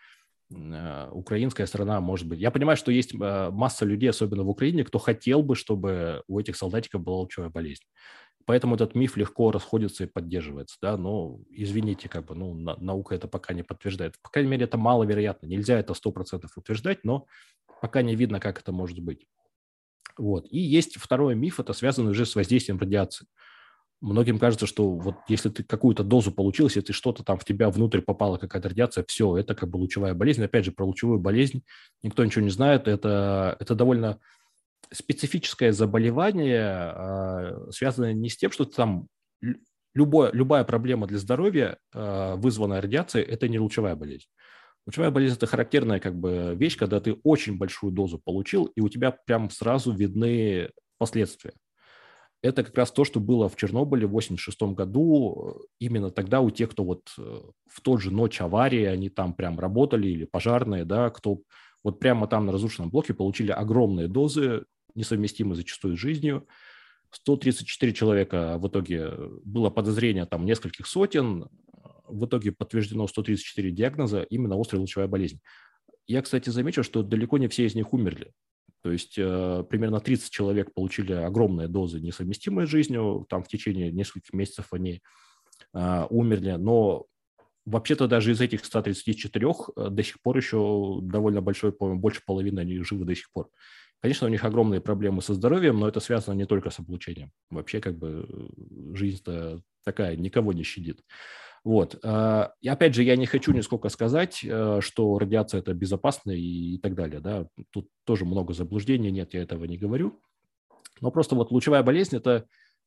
э, украинская страна может быть, я понимаю, что есть э, масса людей, особенно в Украине, кто хотел бы, чтобы у этих солдатиков была лучевая болезнь. Поэтому этот миф легко расходится и поддерживается, да, но извините, как бы, ну, на, наука это пока не подтверждает. По крайней мере, это маловероятно, нельзя это сто процентов утверждать, но пока не видно, как это может быть. Вот. И есть второй миф, это связано уже с воздействием радиации. Многим кажется, что вот если ты какую-то дозу получил, если ты что-то там в тебя внутрь попала, какая-то радиация, все, это как бы лучевая болезнь. Опять же, про лучевую болезнь никто ничего не знает. Это, это довольно специфическое заболевание, связанное не с тем, что там любое, любая проблема для здоровья, вызванная радиацией, это не лучевая болезнь. Лучевая болезнь – это характерная как бы вещь, когда ты очень большую дозу получил, и у тебя прям сразу видны последствия. Это как раз то, что было в Чернобыле в восемьдесят шестом году. Именно тогда у тех, кто вот в тот же ночь аварии, они там прям работали, или пожарные, да, кто вот прямо там на разрушенном блоке получили огромные дозы, несовместимые зачастую с жизнью. сто тридцать четыре человека в итоге было подозрение там нескольких сотен. В итоге подтверждено сто тридцать четыре диагноза, именно острая лучевая болезнь. Я, кстати, замечу, что далеко не все из них умерли. То есть э, примерно тридцать человек получили огромные дозы, несовместимые с жизнью. Там в течение нескольких месяцев они э, умерли. Но вообще-то даже из этих ста тридцати четырёх до сих пор еще довольно большой, по-моему, больше половины они живы до сих пор. Конечно, у них огромные проблемы со здоровьем, но это связано не только с облучением. Вообще как бы жизнь-то такая, никого не щадит. Вот. И опять же, я не хочу нисколько сказать, что радиация – это безопасно и так далее. Да? Тут тоже много заблуждений, нет, я этого не говорю. Но просто вот лучевая болезнь – это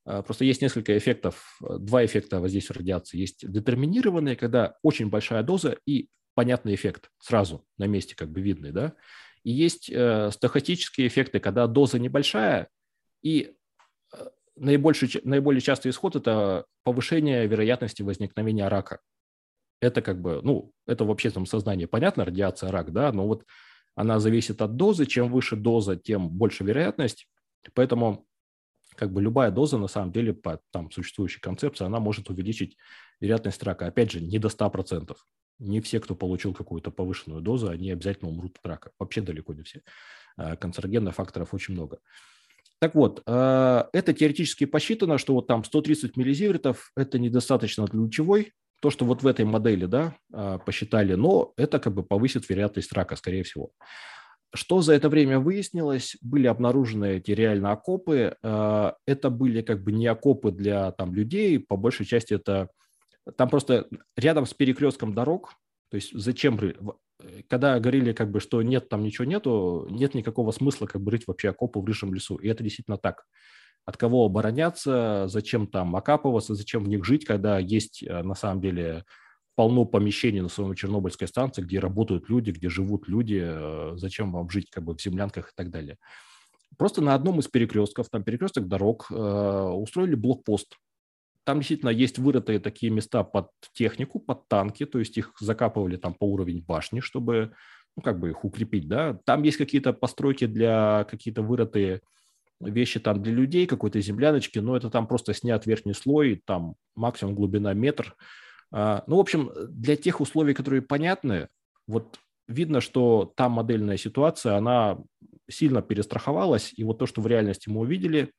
Просто есть несколько эффектов, два эффекта воздействия радиации. Есть детерминированные, когда очень большая доза и понятный эффект сразу на месте как бы видный, да. И есть э, стохастические эффекты, когда доза небольшая и э, наибольший, наиболее частый исход – это повышение вероятности возникновения рака. Это как бы, ну, это в общественном сознании понятно, радиация, рак, да, но вот она зависит от дозы. Чем выше доза, тем больше вероятность. Поэтому как бы любая доза, на самом деле, по там существующей концепции, она может увеличить вероятность рака. Опять же, не до ста процентов. Не все, кто получил какую-то повышенную дозу, они обязательно умрут от рака. Вообще далеко не все. Канцерогенных факторов очень много. Так вот, это теоретически посчитано, что вот там сто тридцать миллизивертов – это недостаточно для лучевой. То, что вот в этой модели, да, посчитали, но это как бы повысит вероятность рака, скорее всего. Что за это время выяснилось? Были обнаружены эти реально окопы. Это были как бы не окопы для там людей, по большей части это… Там просто рядом с перекрестком дорог, то есть зачем… Когда говорили, как бы, что нет, там ничего нету, нет никакого смысла как бы рыть вообще окопы в рыжем лесу. И это действительно так. От кого обороняться, зачем там окапываться, зачем в них жить, когда есть на самом деле полно помещений на самой Чернобыльской станции, где работают люди, где живут люди, зачем вам жить как бы в землянках и так далее. Просто на одном из перекрестков, там перекресток дорог, устроили блокпост. Там действительно есть вырытые такие места под технику, под танки, то есть их закапывали там по уровень башни, чтобы, ну, как бы их укрепить, да. Там есть какие-то постройки для какие-то вырытые вещи там для людей, какой-то земляночки, но это там просто снят верхний слой, там максимум глубина метр. Ну, в общем, для тех условий, которые понятны, вот видно, что та модельная ситуация, она сильно перестраховалась, и вот то, что в реальности мы увидели,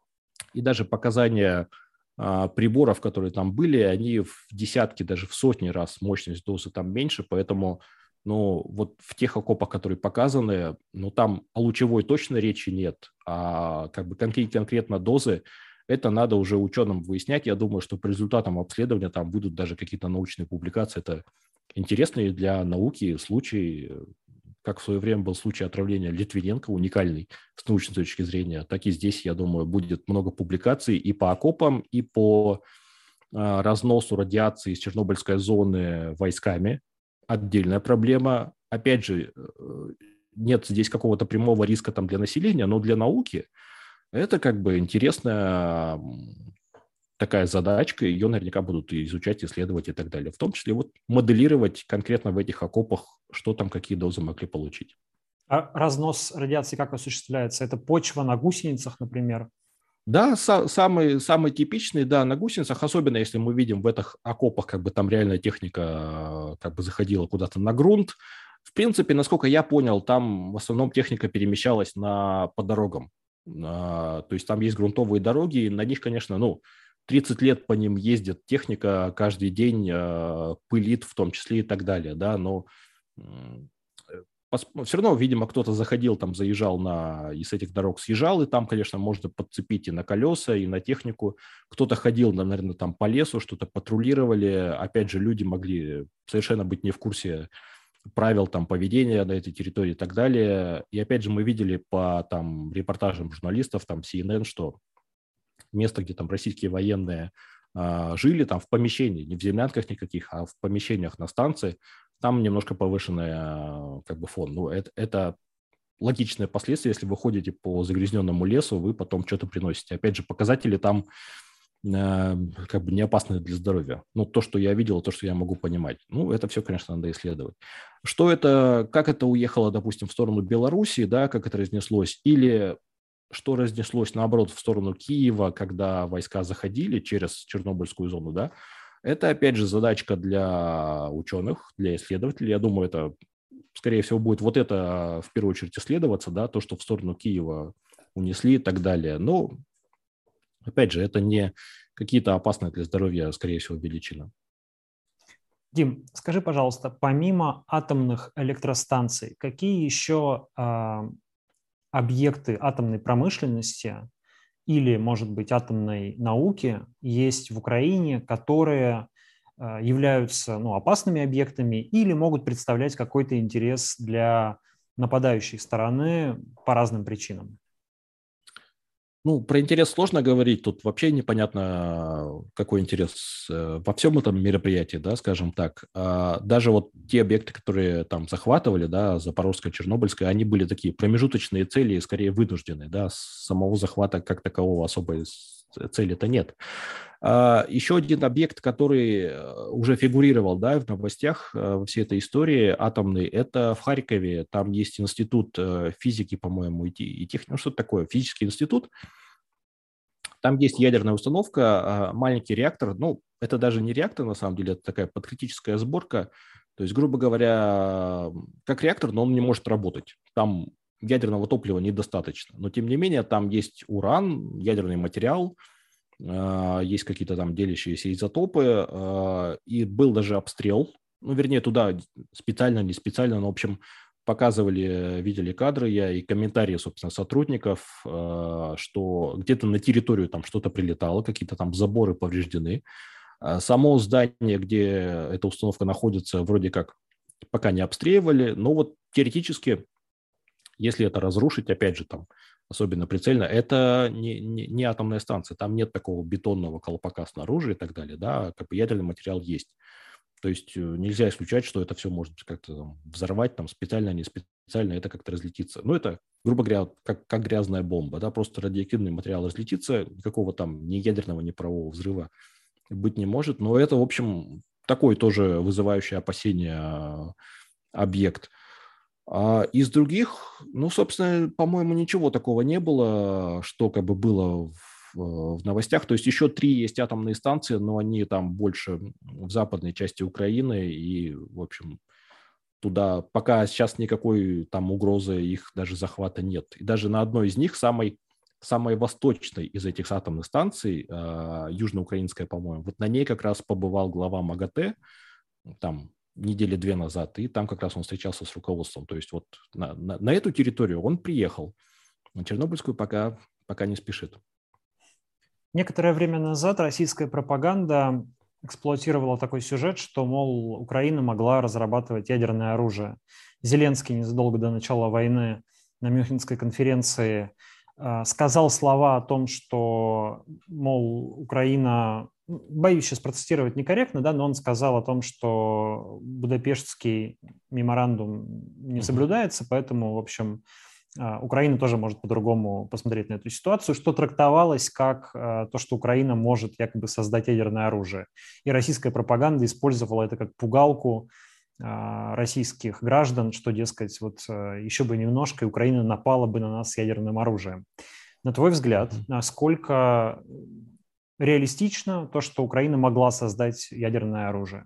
и даже показания а, приборов, которые там были, они в десятки, даже в сотни раз мощность дозы там меньше, поэтому, ну, вот в тех окопах, которые показаны, ну, там о лучевой точно речи нет, а как бы конкретно дозы, это надо уже ученым выяснять. Я думаю, что по результатам обследования там будут даже какие-то научные публикации. Это интересные для науки случаи, как в свое время был случай отравления Литвиненко, уникальный с научной точки зрения, так и здесь, я думаю, будет много публикаций и по окопам, и по а, разносу радиации из Чернобыльской зоны войсками. Отдельная проблема. Опять же, нет здесь какого-то прямого риска там для населения, но для науки это как бы интересная такая задачка, ее наверняка будут изучать, исследовать и так далее. В том числе вот моделировать конкретно в этих окопах, что там, какие дозы могли получить. А разнос радиации как осуществляется? Это почва на гусеницах, например? Да, са- самый, самый типичный, да, на гусеницах, особенно если мы видим в этих окопах, как бы там реальная техника как бы заходила куда-то на грунт. В принципе, насколько я понял, там в основном техника перемещалась на, по дорогам. А, то есть там есть грунтовые дороги, и на них, конечно, ну, тридцать лет по ним ездит техника, каждый день а, пылит в том числе и так далее, да, но все равно, видимо, кто-то заходил, там, заезжал на, и с этих дорог съезжал, и там, конечно, можно подцепить и на колеса, и на технику. Кто-то ходил, наверное, там по лесу, что-то патрулировали. Опять же, люди могли совершенно быть не в курсе правил там поведения на этой территории и так далее. И опять же, мы видели по там репортажам журналистов, там, си эн эн, что место, где там российские военные а, жили, там в помещении, не в землянках никаких, а в помещениях на станции, там немножко повышенный как бы фон. Ну, это, это логичное последствие. Если вы ходите по загрязненному лесу, вы потом что-то приносите. Опять же, показатели там э, как бы не опасны для здоровья. Ну, то, что я видел, то, что я могу понимать. Ну, это все, конечно, надо исследовать. Что это, как это уехало, допустим, в сторону Белоруссии, да, как это разнеслось, или что разнеслось, наоборот, в сторону Киева, когда войска заходили через Чернобыльскую зону, да, это, опять же, задачка для ученых, для исследователей. Я думаю, это, скорее всего, будет вот это в первую очередь исследоваться, да, то, что в сторону Киева унесли и так далее. Но, опять же, это не какие-то опасные для здоровья, скорее всего, величины. Дим, скажи, пожалуйста, помимо атомных электростанций, какие еще э, объекты атомной промышленности или, может быть, атомной науки есть в Украине, которые э, являются ну, опасными объектами или могут представлять какой-то интерес для нападающей стороны по разным причинам? Ну, про интерес сложно говорить, тут вообще непонятно, какой интерес э, во всем этом мероприятии, да, скажем так. А даже вот те объекты, которые там захватывали, да, Запорожская, Чернобыльская, они были такие промежуточные цели, скорее вынужденные, да, самого захвата как такового особой цели-то нет. А еще один объект, который уже фигурировал, да, в новостях во всей этой истории атомный, это в Харькове, там есть институт физики, по-моему, и техники, ну что-то такое, физический институт. Там есть ядерная установка, маленький реактор, ну, это даже не реактор, на самом деле, это такая подкритическая сборка, то есть, грубо говоря, как реактор, но он не может работать. Там ядерного топлива недостаточно, но, тем не менее, там есть уран, ядерный материал, есть какие-то там делящиеся изотопы, и был даже обстрел, ну, вернее, туда специально, не специально, но, в общем, показывали, видели кадры я и комментарии, собственно, сотрудников, что где-то на территорию там что-то прилетало, какие-то там заборы повреждены. Само здание, где эта установка находится, вроде как пока не обстреливали, но вот теоретически, если это разрушить, опять же, там, особенно прицельно, это не, не, не атомная станция, там нет такого бетонного колпака снаружи и так далее, да, как бы ядерный материал есть. То есть нельзя исключать, что это все может как-то там взорвать, там специально, не специально, это как-то разлетится. Ну, это, грубо говоря, как, как грязная бомба, да, просто радиоактивный материал разлетится, никакого там ни ядерного, ни парового взрыва быть не может. Но это, в общем, такой тоже вызывающий опасения объект. А из других, ну, собственно, по-моему, ничего такого не было, что как бы было в, в новостях. То есть еще три есть атомные станции, но они там больше в западной части Украины. И, в общем, туда пока сейчас никакой там угрозы их даже захвата нет. И даже на одной из них, самой, самой восточной из этих атомных станций, э, южноукраинская, по-моему, вот на ней как раз побывал глава МАГАТЭ, там, недели две назад, и там как раз он встречался с руководством. То есть вот на, на, на эту территорию он приехал, на Чернобыльскую пока, пока не спешит. Некоторое время назад российская пропаганда эксплуатировала такой сюжет, что, мол, Украина могла разрабатывать ядерное оружие. Зеленский незадолго до начала войны на Мюнхенской конференции э, сказал слова о том, что, мол, Украина... Боюсь сейчас процитировать некорректно, да, но он сказал о том, что Будапештский меморандум не соблюдается, поэтому, в общем, Украина тоже может по-другому посмотреть на эту ситуацию, что трактовалось как то, что Украина может якобы создать ядерное оружие. И российская пропаганда использовала это как пугалку российских граждан, что, дескать, вот еще бы немножко, и Украина напала бы на нас с ядерным оружием. На твой взгляд, насколько реалистично то, что Украина могла создать ядерное оружие?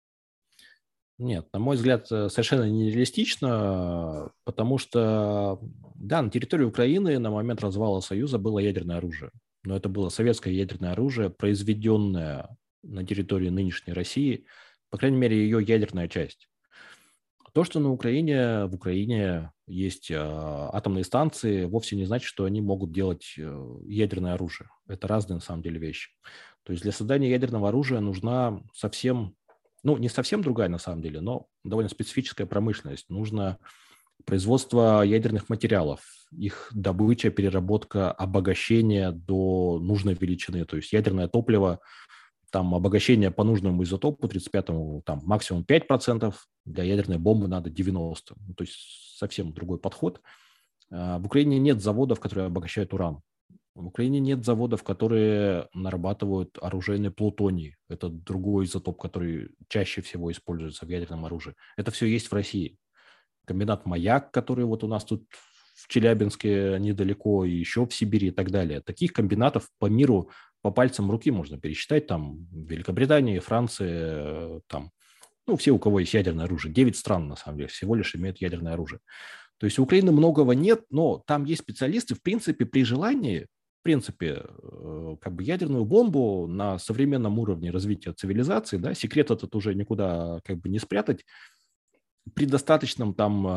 Нет, на мой взгляд, совершенно нереалистично, потому что, да, на территории Украины на момент развала Союза было ядерное оружие. Но это было советское ядерное оружие, произведенное на территории нынешней России, по крайней мере, ее ядерная часть. То, что на Украине, в Украине есть э, атомные станции, вовсе не значит, что они могут делать э, ядерное оружие. Это разные, на самом деле, вещи. То есть для создания ядерного оружия нужна совсем, ну, не совсем другая, на самом деле, но довольно специфическая промышленность. Нужно производство ядерных материалов, их добыча, переработка, обогащение до нужной величины. То есть ядерное топливо, там обогащение по нужному изотопу тридцать пятому, там максимум пять процентов, для ядерной бомбы надо девяносто процентов. Ну, то есть совсем другой подход. В Украине нет заводов, которые обогащают уран. В Украине нет заводов, которые нарабатывают оружейный плутоний. Это другой изотоп, который чаще всего используется в ядерном оружии. Это все есть в России. Комбинат «Маяк», который вот у нас тут в Челябинске недалеко, и еще в Сибири и так далее. Таких комбинатов по миру по пальцам руки можно пересчитать. Там Великобритания, Франция, там, ну, все, у кого есть ядерное оружие. Девять стран, на самом деле, всего лишь имеют ядерное оружие. То есть у Украины многого нет, но там есть специалисты, в принципе, при желании, в принципе, как бы ядерную бомбу на современном уровне развития цивилизации, да, секрет этот уже никуда как бы не спрятать, при достаточном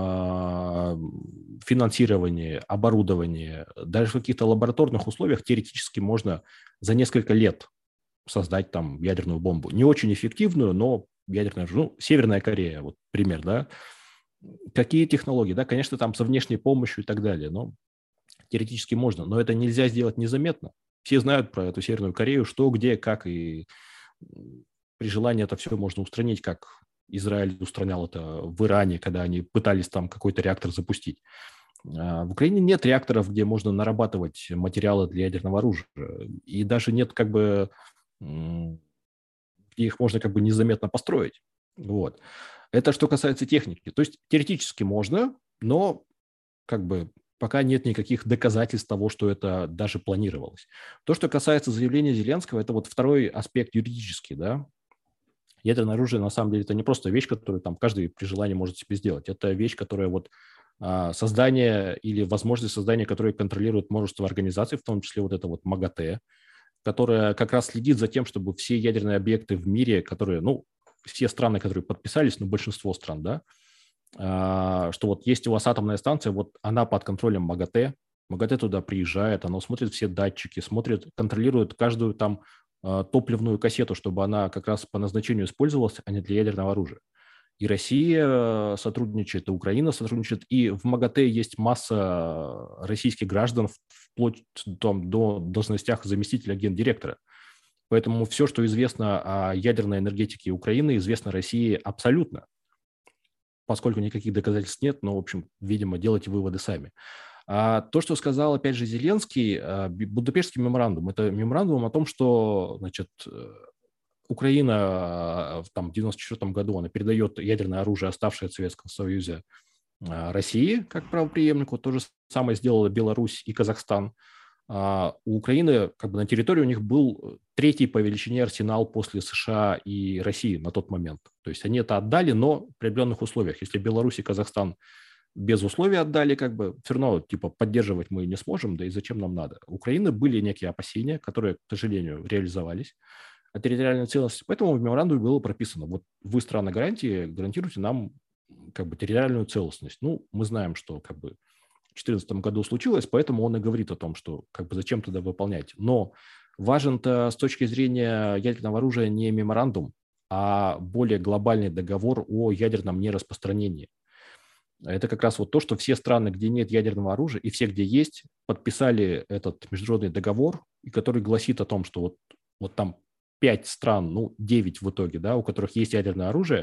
там финансировании, оборудовании, даже в каких-то лабораторных условиях теоретически можно за несколько лет создать там ядерную бомбу. Не очень эффективную, но ядерная, ну, Северная Корея, вот пример, да. Какие технологии, да, конечно, там со внешней помощью и так далее, но Теоретически можно, но это нельзя сделать незаметно. Все знают про эту Северную Корею, что, где, как, и при желании это все можно устранить, как Израиль устранял это в Иране, когда они пытались там какой-то реактор запустить. В Украине нет реакторов, где можно нарабатывать материалы для ядерного оружия. И даже нет как бы, где их можно как бы незаметно построить. Вот. Это что касается техники. То есть теоретически можно, но как бы пока нет никаких доказательств того, что это даже планировалось. То, что касается заявления Зеленского, это вот второй аспект юридический, да. Ядерное оружие, на самом деле, это не просто вещь, которую там каждый при желании может себе сделать. Это вещь, которая вот создание или возможность создания, которой контролирует множество организаций, в том числе вот это вот МАГАТЭ, которая как раз следит за тем, чтобы все ядерные объекты в мире, которые, ну, все страны, которые подписались, ну, большинство стран, да, что вот есть у вас атомная станция, вот она под контролем МАГАТЭ, МАГАТЭ туда приезжает, оно смотрит все датчики, смотрит, контролирует каждую там топливную кассету, чтобы она как раз по назначению использовалась, а не для ядерного оружия. И Россия сотрудничает, и Украина сотрудничает, и в МАГАТЭ есть масса российских граждан, вплоть там, до должностях заместителя гендиректора. Поэтому все, что известно о ядерной энергетике Украины, известно России абсолютно. Поскольку никаких доказательств нет, но, в общем, видимо, делайте выводы сами. А то, что сказал, опять же, Зеленский, Будапештский меморандум, это меморандум о том, что, значит, Украина там, в девяносто четвёртом году она передает ядерное оружие, оставшееся в Советском Союзе, России как правопреемнику. То же самое сделала Беларусь и Казахстан. У Украины как бы на территории у них был третий по величине арсенал после США и России на тот момент. То есть они это отдали, но в определенных условиях. Если Беларусь и Казахстан без условий отдали, как бы все равно типа поддерживать мы не сможем, да и зачем нам надо. У Украины были некие опасения, которые, к сожалению, реализовались. О территориальной целостности. Поэтому в меморандуме было прописано, вот вы, страны гарантии, гарантируете нам как бы территориальную целостность. Ну, мы знаем, что как бы в две тысячи четырнадцатом году случилось, поэтому он и говорит о том, что как бы зачем тогда выполнять. Но важен-то с точки зрения ядерного оружия не меморандум, а более глобальный договор о ядерном нераспространении. Это как раз вот то, что все страны, где нет ядерного оружия, и все, где есть, подписали этот международный договор, и который гласит о том, что вот, вот там пять стран, ну, девять в итоге, да, у которых есть ядерное оружие,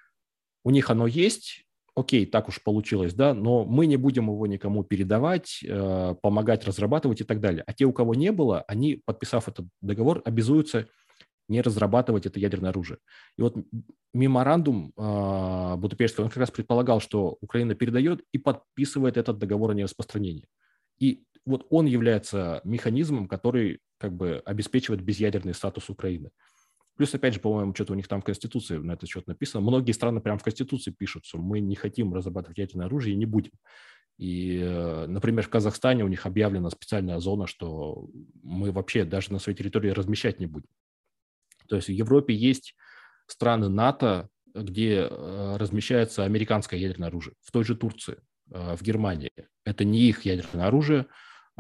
у них оно есть, окей, так уж получилось, да, но мы не будем его никому передавать, э, помогать разрабатывать и так далее. А те, у кого не было, они, подписав этот договор, обязуются не разрабатывать это ядерное оружие. И вот меморандум э, Будапештский, он как раз предполагал, что Украина передает и подписывает этот договор о нераспространении. И вот он является механизмом, который как бы обеспечивает безъядерный статус Украины. Плюс, опять же, по-моему, что-то у них там в Конституции на этот счет написано. Многие страны прямо в Конституции пишут, что мы не хотим разрабатывать ядерное оружие и не будем. И, например, в Казахстане у них объявлена специальная зона, что мы вообще даже на своей территории размещать не будем. То есть в Европе есть страны НАТО, где размещается американское ядерное оружие. В той же Турции, в Германии. Это не их ядерное оружие,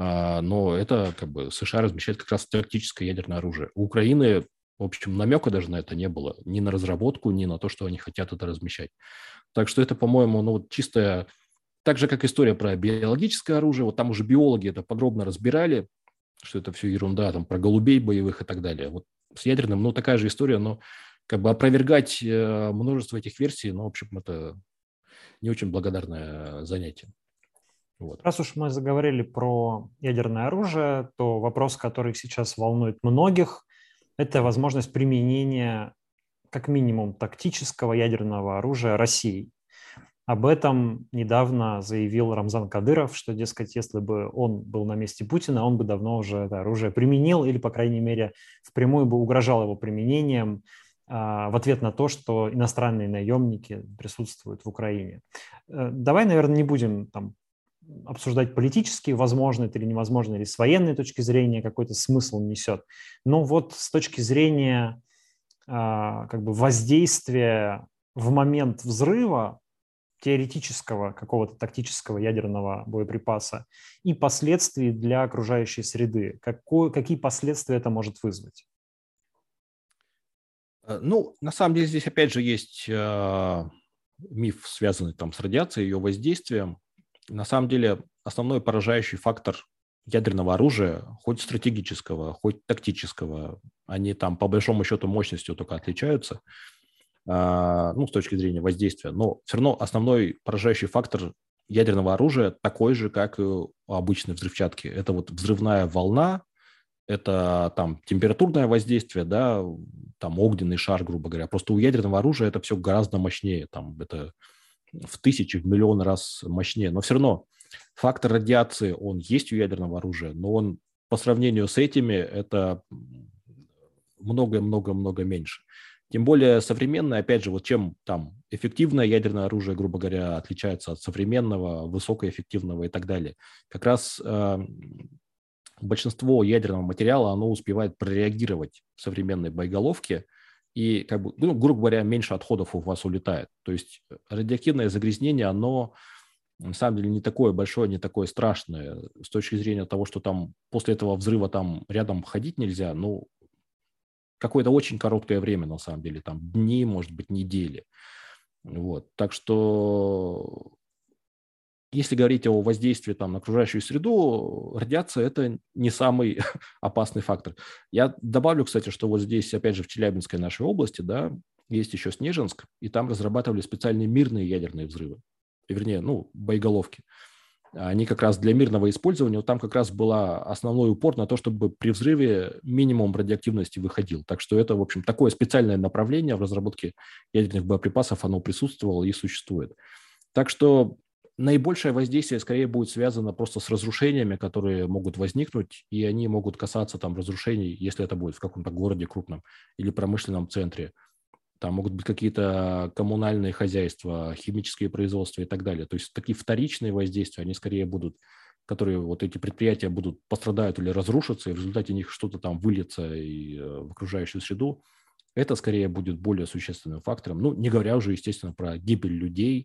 но это как бы США размещает как раз тактическое ядерное оружие. У Украины, в общем, намека даже на это не было. Ни на разработку, ни на то, что они хотят это размещать. Так что это, по-моему, ну, вот чистая... Так же, как история про биологическое оружие. Вот там уже биологи это подробно разбирали, что это все ерунда, там про голубей боевых и так далее. Вот с ядерным, ну, такая же история, но как бы опровергать множество этих версий, ну, в общем, это не очень благодарное занятие. Вот. Раз уж мы заговорили про ядерное оружие, то вопрос, который сейчас волнует многих, это возможность применения как минимум тактического ядерного оружия Россией. Об этом недавно заявил Рамзан Кадыров, что, дескать, если бы он был на месте Путина, он бы давно уже это оружие применил или, по крайней мере, впрямую бы угрожал его применением в ответ на то, что иностранные наемники присутствуют в Украине. Давай, наверное, не будем там обсуждать политически, возможно это или невозможно, или с военной точки зрения какой-то смысл несет. Но вот с точки зрения как бы воздействия в момент взрыва теоретического какого-то тактического ядерного боеприпаса и последствий для окружающей среды, какой, какие последствия это может вызвать? Ну, на самом деле здесь опять же есть э, миф, связанный там с радиацией, ее воздействием. на самом деле основной поражающий фактор ядерного оружия, хоть стратегического, хоть тактического, они там по большому счету мощностью только отличаются, а, ну, с точки зрения воздействия, но все равно основной поражающий фактор ядерного оружия такой же, как и у обычной взрывчатки. Это вот взрывная волна, это там температурное воздействие, да, там огненный шар, грубо говоря. Просто у ядерного оружия это все гораздо мощнее, там это в тысячи, в миллион раз мощнее. Но все равно фактор радиации, он есть у ядерного оружия, но он по сравнению с этими это много-много-много меньше. Тем более современное, опять же, вот чем там эффективное ядерное оружие, грубо говоря, отличается от современного, высокоэффективного и так далее. Как раз э, большинство ядерного материала, оно успевает прореагировать в современной боеголовке, и, как бы, ну, грубо говоря, меньше отходов у вас улетает. То есть радиоактивное загрязнение, оно на самом деле не такое большое, не такое страшное. С точки зрения того, что там после этого взрыва там рядом ходить нельзя, ну, какое-то очень короткое время, на самом деле, там дни, может быть, недели. Вот. Так что, если говорить о воздействии там, на окружающую среду, радиация – это не самый опасный фактор. Я добавлю, кстати, что вот здесь, опять же, в Челябинской нашей области, да, есть еще Снежинск, и там разрабатывали специальные мирные ядерные взрывы, вернее, ну, боеголовки. Они как раз для мирного использования, вот там как раз был основной упор на то, чтобы при взрыве минимум радиоактивности выходил. Так что это, в общем, такое специальное направление в разработке ядерных боеприпасов, оно присутствовало и существует. Так что наибольшее воздействие скорее будет связано просто с разрушениями, которые могут возникнуть, и они могут касаться там разрушений, если это будет в каком-то городе крупном или промышленном центре. Там могут быть какие-то коммунальные хозяйства, химические производства и так далее. То есть такие вторичные воздействия, они скорее будут, которые вот эти предприятия будут пострадают или разрушатся, и в результате них что-то там выльется и в окружающую среду. Это скорее будет более существенным фактором. Ну, не говоря уже, естественно, про гибель людей.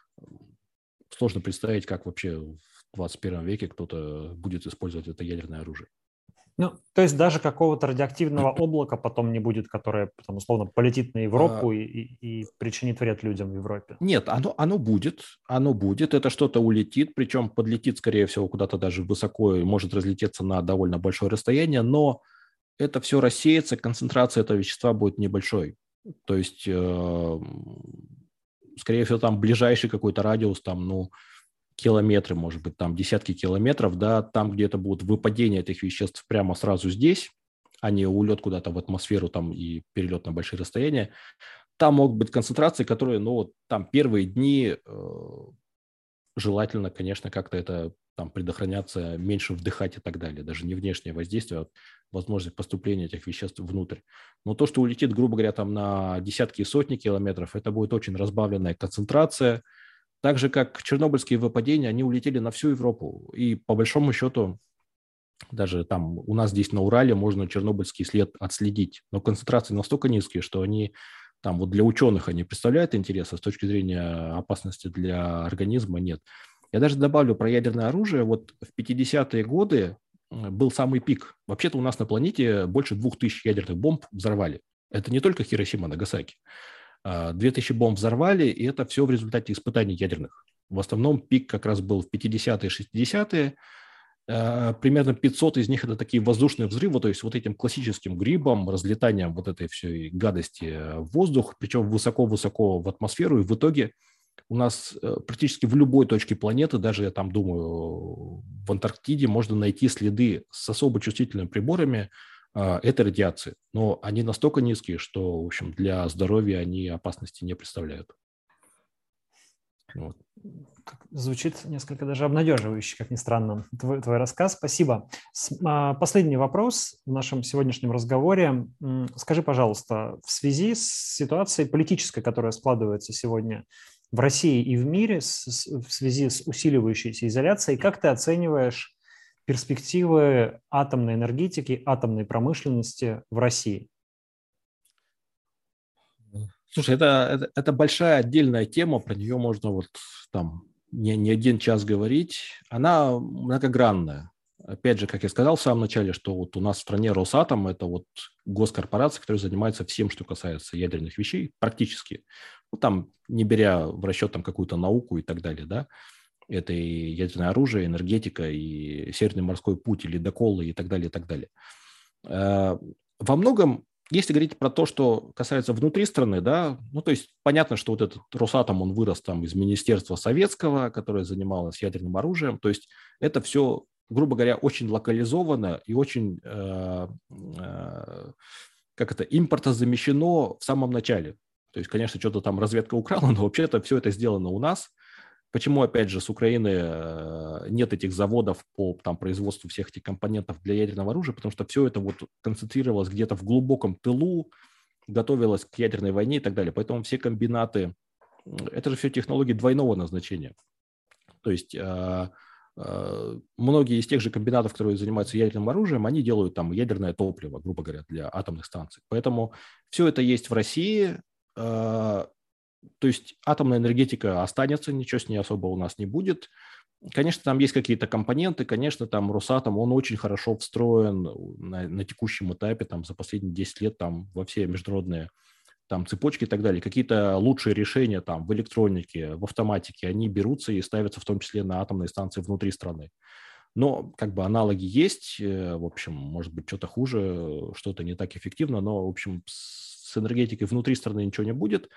Сложно представить, как вообще в двадцать первом веке кто-то будет использовать это ядерное оружие. Ну, то есть даже какого-то радиоактивного облака потом не будет, которое, там, условно, полетит на Европу и, и, и причинит вред людям в Европе? Нет, оно, оно будет, оно будет, это что-то улетит, причем подлетит, скорее всего, куда-то даже высоко и может разлететься на довольно большое расстояние, но это все рассеется, концентрация этого вещества будет небольшой. То есть, э, скорее всего, там ближайший какой-то радиус, там, ну, километры, может быть, там десятки километров, да, там, где это будет выпадение этих веществ прямо сразу здесь, а не улет куда-то в атмосферу там и перелет на большие расстояния, там могут быть концентрации, которые, ну, вот там первые дни э, желательно, конечно, как-то это там предохраняться, меньше вдыхать и так далее, даже не внешнее воздействие, а возможность поступления этих веществ внутрь. Но то, что улетит, грубо говоря, там на десятки и сотни километров, это будет очень разбавленная концентрация. Так же, как чернобыльские выпадения, они улетели на всю Европу. И по большому счету, даже там у нас здесь на Урале можно чернобыльский след отследить. Но концентрации настолько низкие, что они там вот для ученых они представляют интерес, а с точки зрения опасности для организма нет. Я даже добавлю про ядерное оружие. Вот в пятидесятые годы был самый пик. Вообще-то у нас на планете больше двух тысяч ядерных бомб взорвали. Это не только Хиросима, Нагасаки. Две тысячи бомб взорвали, и это все в результате испытаний ядерных. В основном пик как раз был в пятидесятые, шестидесятые. Примерно пятьсот из них это такие воздушные взрывы, то есть вот этим классическим грибом, разлетанием вот этой всей гадости в воздух, причем высоко-высоко в атмосферу. И в итоге у нас практически в любой точке планеты, даже я там думаю, в Антарктиде можно найти следы с особо чувствительными приборами этой радиации, но они настолько низкие, что, в общем, для здоровья они опасности не представляют. Вот. Звучит несколько даже обнадеживающе, как ни странно, твой, твой рассказ. Спасибо. Последний вопрос в нашем сегодняшнем разговоре. Скажи, пожалуйста, в связи с ситуацией политической, которая складывается сегодня в России и в мире, в связи с усиливающейся изоляцией, как ты оцениваешь перспективы атомной энергетики, атомной промышленности в России? Слушай, это, это, это большая отдельная тема, про нее можно вот там не, не один час говорить. Она многогранная. Опять же, как я сказал в самом начале, что вот у нас в стране Росатом – это вот госкорпорация, которая занимается всем, что касается ядерных вещей, практически. Ну, там, не беря в расчет там какую-то науку и так далее, да. Это и ядерное оружие, энергетика, и Северный морской путь, и ледоколы, и так далее, и так далее. Во многом, если говорить про то, что касается внутри страны, да, ну, то есть понятно, что вот этот Росатом, он вырос там из Министерства Советского, которое занималось ядерным оружием, то есть это все, грубо говоря, очень локализовано и очень, э, э, как это, импортозамещено в самом начале. То есть, конечно, что-то там разведка украла, но вообще-то все это сделано у нас. Почему, опять же, с Украины нет этих заводов по там, производству всех этих компонентов для ядерного оружия? Потому что все это вот концентрировалось где-то в глубоком тылу, готовилось к ядерной войне и так далее. Поэтому все комбинаты, это же все технологии двойного назначения. То есть многие из тех же комбинатов, которые занимаются ядерным оружием, они делают там ядерное топливо, грубо говоря, для атомных станций. Поэтому все это есть в России. То есть атомная энергетика останется, ничего с ней особо у нас не будет. Конечно, там есть какие-то компоненты, конечно, там Росатом, он очень хорошо встроен на, на текущем этапе, там за последние десять лет там во все международные там цепочки и так далее. Какие-то лучшие решения там в электронике, в автоматике, они берутся и ставятся в том числе на атомные станции внутри страны. Но как бы аналоги есть, в общем, может быть, что-то хуже, что-то не так эффективно, но, в общем, с энергетикой внутри страны ничего не будет.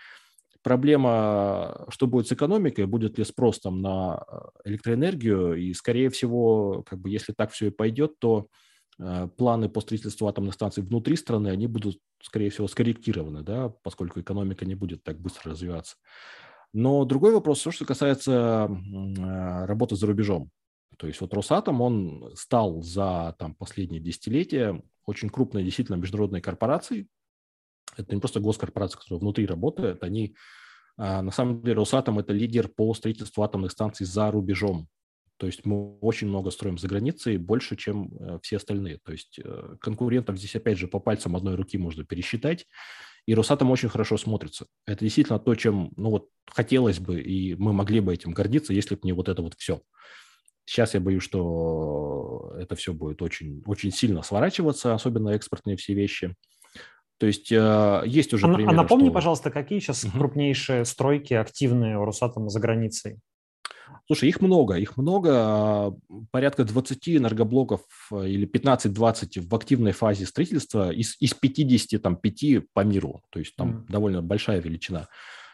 Проблема, что будет с экономикой, будет ли спрос там на электроэнергию, и, скорее всего, как бы, если так все и пойдет, то э, планы по строительству атомных станций внутри страны, они будут, скорее всего, скорректированы, да, поскольку экономика не будет так быстро развиваться. Но другой вопрос, все, что касается э, работы за рубежом. То есть вот Росатом, он стал за там, последние десятилетия очень крупной действительно международной корпорацией. Это не просто госкорпорация, которая внутри работает, они, на самом деле, Росатом – это лидер по строительству атомных станций за рубежом. То есть мы очень много строим за границей, больше, чем все остальные. То есть конкурентов здесь, опять же, по пальцам одной руки можно пересчитать, и Росатом очень хорошо смотрится. Это действительно то, чем, ну вот, хотелось бы, и мы могли бы этим гордиться, если бы не вот это вот все. Сейчас я боюсь, что это все будет очень, очень сильно сворачиваться, особенно экспортные все вещи. То есть э, есть уже а, примеры, а напомни, что... пожалуйста, какие сейчас Угу. крупнейшие стройки активные у Росатома за границей? Слушай, их много, их много, порядка двадцать энергоблоков или пятнадцать-двадцать в активной фазе строительства из, из пятидесяти пяти по миру, то есть там mm. довольно большая величина.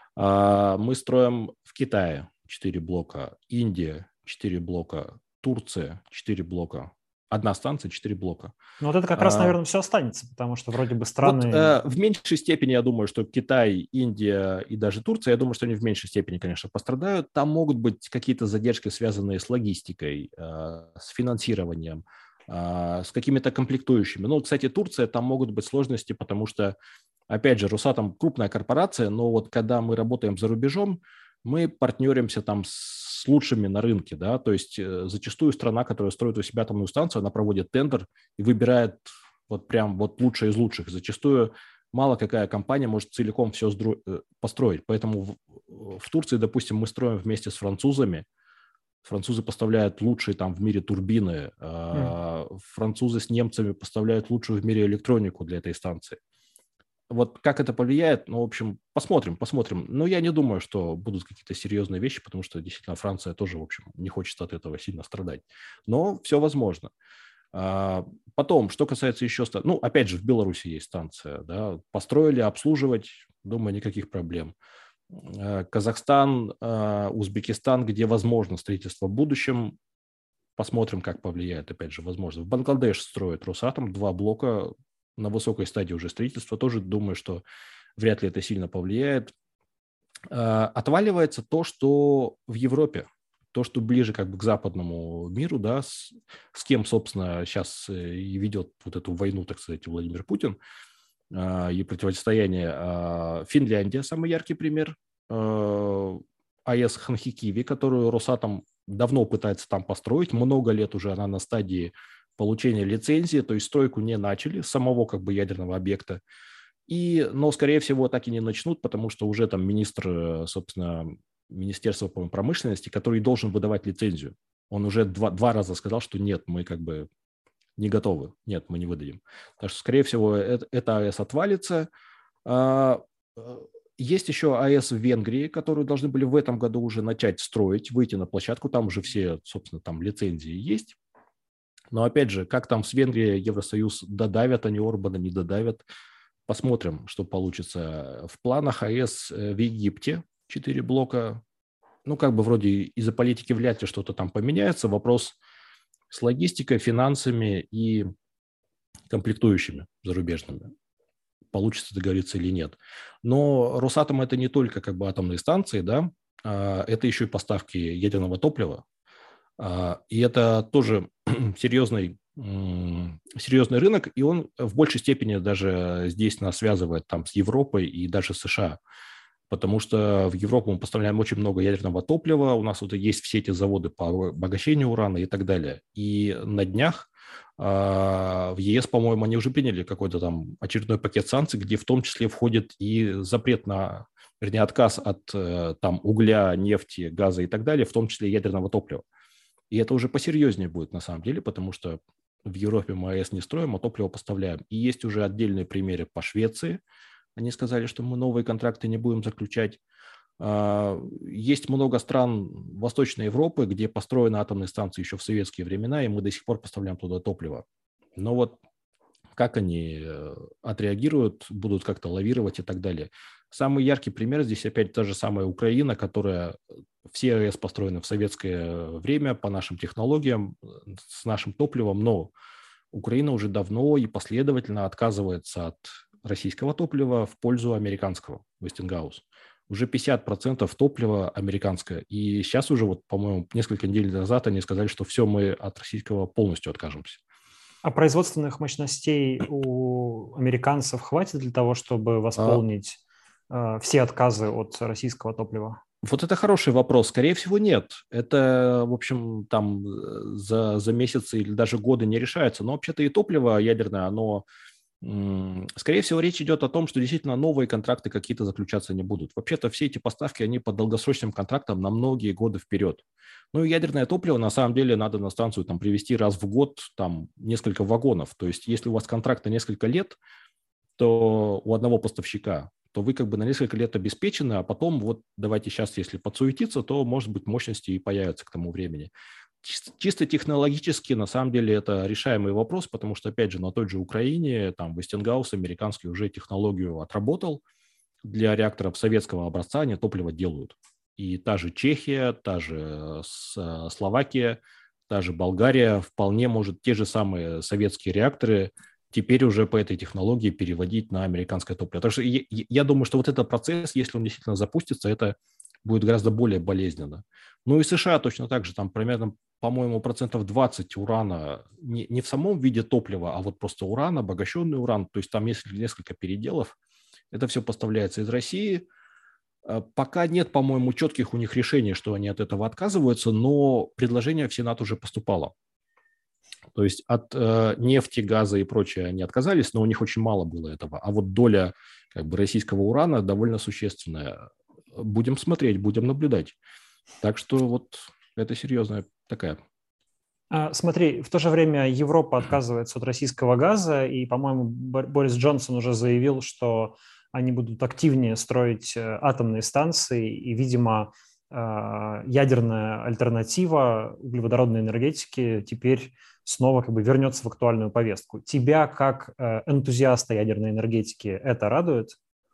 Мы строим в Китае четыре блока, Индия четыре блока, Турция четыре блока. Одна станция, четыре блока. Ну вот это как раз, наверное, все останется, потому что вроде бы страны... Вот э, в меньшей степени, я думаю, что Китай, Индия и даже Турция, я думаю, что они в меньшей степени, конечно, пострадают. Там могут быть какие-то задержки, связанные с логистикой, э, с финансированием, э, с какими-то комплектующими. Ну, кстати, Турция, там могут быть сложности, потому что, опять же, Росатом крупная корпорация, но вот когда мы работаем за рубежом, мы партнеримся там с лучшими на рынке, да, то есть э, зачастую страна, которая строит у себя атомную станцию, она проводит тендер и выбирает вот прям вот лучшее из лучших. Зачастую мало какая компания может целиком все сдру- построить, поэтому в, в Турции, допустим, мы строим вместе с французами, французы поставляют лучшие там в мире турбины, э, mm. французы с немцами поставляют лучшую в мире электронику для этой станции. Вот как это повлияет, ну, в общем, посмотрим, посмотрим. Но я не думаю, что будут какие-то серьезные вещи, потому что действительно Франция тоже, в общем, не хочет от этого сильно страдать. Но все возможно. А потом, что касается еще... Ну, опять же, в Беларуси есть станция, да, построили, обслуживать, думаю, никаких проблем. Казахстан, Узбекистан, где возможно строительство в будущем, посмотрим, как повлияет, опять же, возможно. В Бангладеш строит Росатом два блока, на высокой стадии уже строительства, тоже думаю, что вряд ли это сильно повлияет. Отваливается то, что в Европе, то, что ближе как бы к западному миру, да, с, с кем, собственно, сейчас и ведет вот эту войну, так сказать, Владимир Путин и противостояние. Финляндия – самый яркий пример. АЭС Ханхикиви, которую Росатом давно пытается там построить, много лет уже она на стадии получения лицензии, то есть стройку не начали самого как бы ядерного объекта, и, но, скорее всего, так и не начнут, потому что уже там министр, собственно, Министерства промышленности, который должен выдавать лицензию, он уже два, два раза сказал, что нет, мы как бы не готовы, нет, мы не выдадим. Так что, скорее всего, это, это АЭС отвалится. Есть еще АЭС в Венгрии, которую должны были в этом году уже начать строить, выйти на площадку. Там уже все, собственно, там лицензии есть. Но опять же, как там с Венгрией Евросоюз додавят, они Орбана не додавят. Посмотрим, что получится. В планах АЭС в Египте четыре блока. Ну, как бы вроде из-за политики вряд ли что-то там поменяется. Вопрос с логистикой, финансами и комплектующими зарубежными. Получится договориться или нет. Но Росатом – это не только как бы атомные станции, да, это еще и поставки ядерного топлива. И это тоже серьезный, серьезный рынок, и он в большей степени даже здесь нас связывает там, с Европой и даже США. Потому что в Европу мы поставляем очень много ядерного топлива, у нас вот есть все эти заводы по обогащению урана и так далее. И на днях в ЕС, по-моему, они уже приняли какой-то там очередной пакет санкций, где в том числе входит и запрет на, вернее, отказ от там угля, нефти, газа и так далее, в том числе ядерного топлива. И это уже посерьезнее будет на самом деле, потому что в Европе мы АЭС не строим, а топливо поставляем. И есть уже отдельные примеры по Швеции. Они сказали, что мы новые контракты не будем заключать. Есть много стран Восточной Европы, где построены атомные станции еще в советские времена, и мы до сих пор поставляем туда топливо. Но вот как они отреагируют, будут как-то лавировать и так далее. Самый яркий пример здесь опять та же самая Украина, которая все АЭС построены в советское время по нашим технологиям, с нашим топливом, но Украина уже давно и последовательно отказывается от российского топлива в пользу американского, Westinghouse. Уже пятьдесят процентов топлива американское. И сейчас уже, вот, по-моему, несколько недель назад они сказали, что все, мы от российского полностью откажемся. А производственных мощностей у американцев хватит для того, чтобы восполнить а... все отказы от российского топлива? Вот это хороший вопрос. Скорее всего, нет. Это, в общем, там за, за месяцы или даже годы не решается. Но вообще-то и топливо ядерное, оно... Скорее всего, речь идет о том, что действительно новые контракты какие-то заключаться не будут. Вообще-то все эти поставки, они по долгосрочным контрактам на многие годы вперед. Ну и ядерное топливо, на самом деле, надо на станцию там привезти раз в год там несколько вагонов. То есть если у вас контракт на несколько лет, то у одного поставщика, то вы как бы на несколько лет обеспечены, а потом вот давайте сейчас, если подсуетиться, то, может быть, мощности и появятся к тому времени. Чисто технологически, на самом деле, это решаемый вопрос, потому что, опять же, на той же Украине, там, Westinghouse американский уже технологию отработал. Для реакторов советского образца они топливо делают. И та же Чехия, та же Словакия, та же Болгария вполне может те же самые советские реакторы теперь уже по этой технологии переводить на американское топливо. Так что я, я думаю, что вот этот процесс, если он действительно запустится, это будет гораздо более болезненно. Ну и США точно так же, там примерно, по-моему, процентов двадцать урана не, не в самом виде топлива, а вот просто уран, обогащенный уран, то есть там несколько, несколько переделов. Это все поставляется из России. Пока нет, по-моему, четких у них решений, что они от этого отказываются, но предложение в Сенат уже поступало. То есть от э, нефти, газа и прочее они отказались, но у них очень мало было этого. А вот доля как бы, российского урана довольно существенная. Будем смотреть, будем наблюдать. Так что вот это серьезная такая. Смотри, в то же время Европа отказывается от российского газа, и, по-моему, Борис Джонсон уже заявил, что они будут активнее строить атомные станции, и, видимо, ядерная альтернатива углеводородной энергетики теперь снова как бы вернется в актуальную повестку. Тебя, как энтузиаста ядерной энергетики, это радует?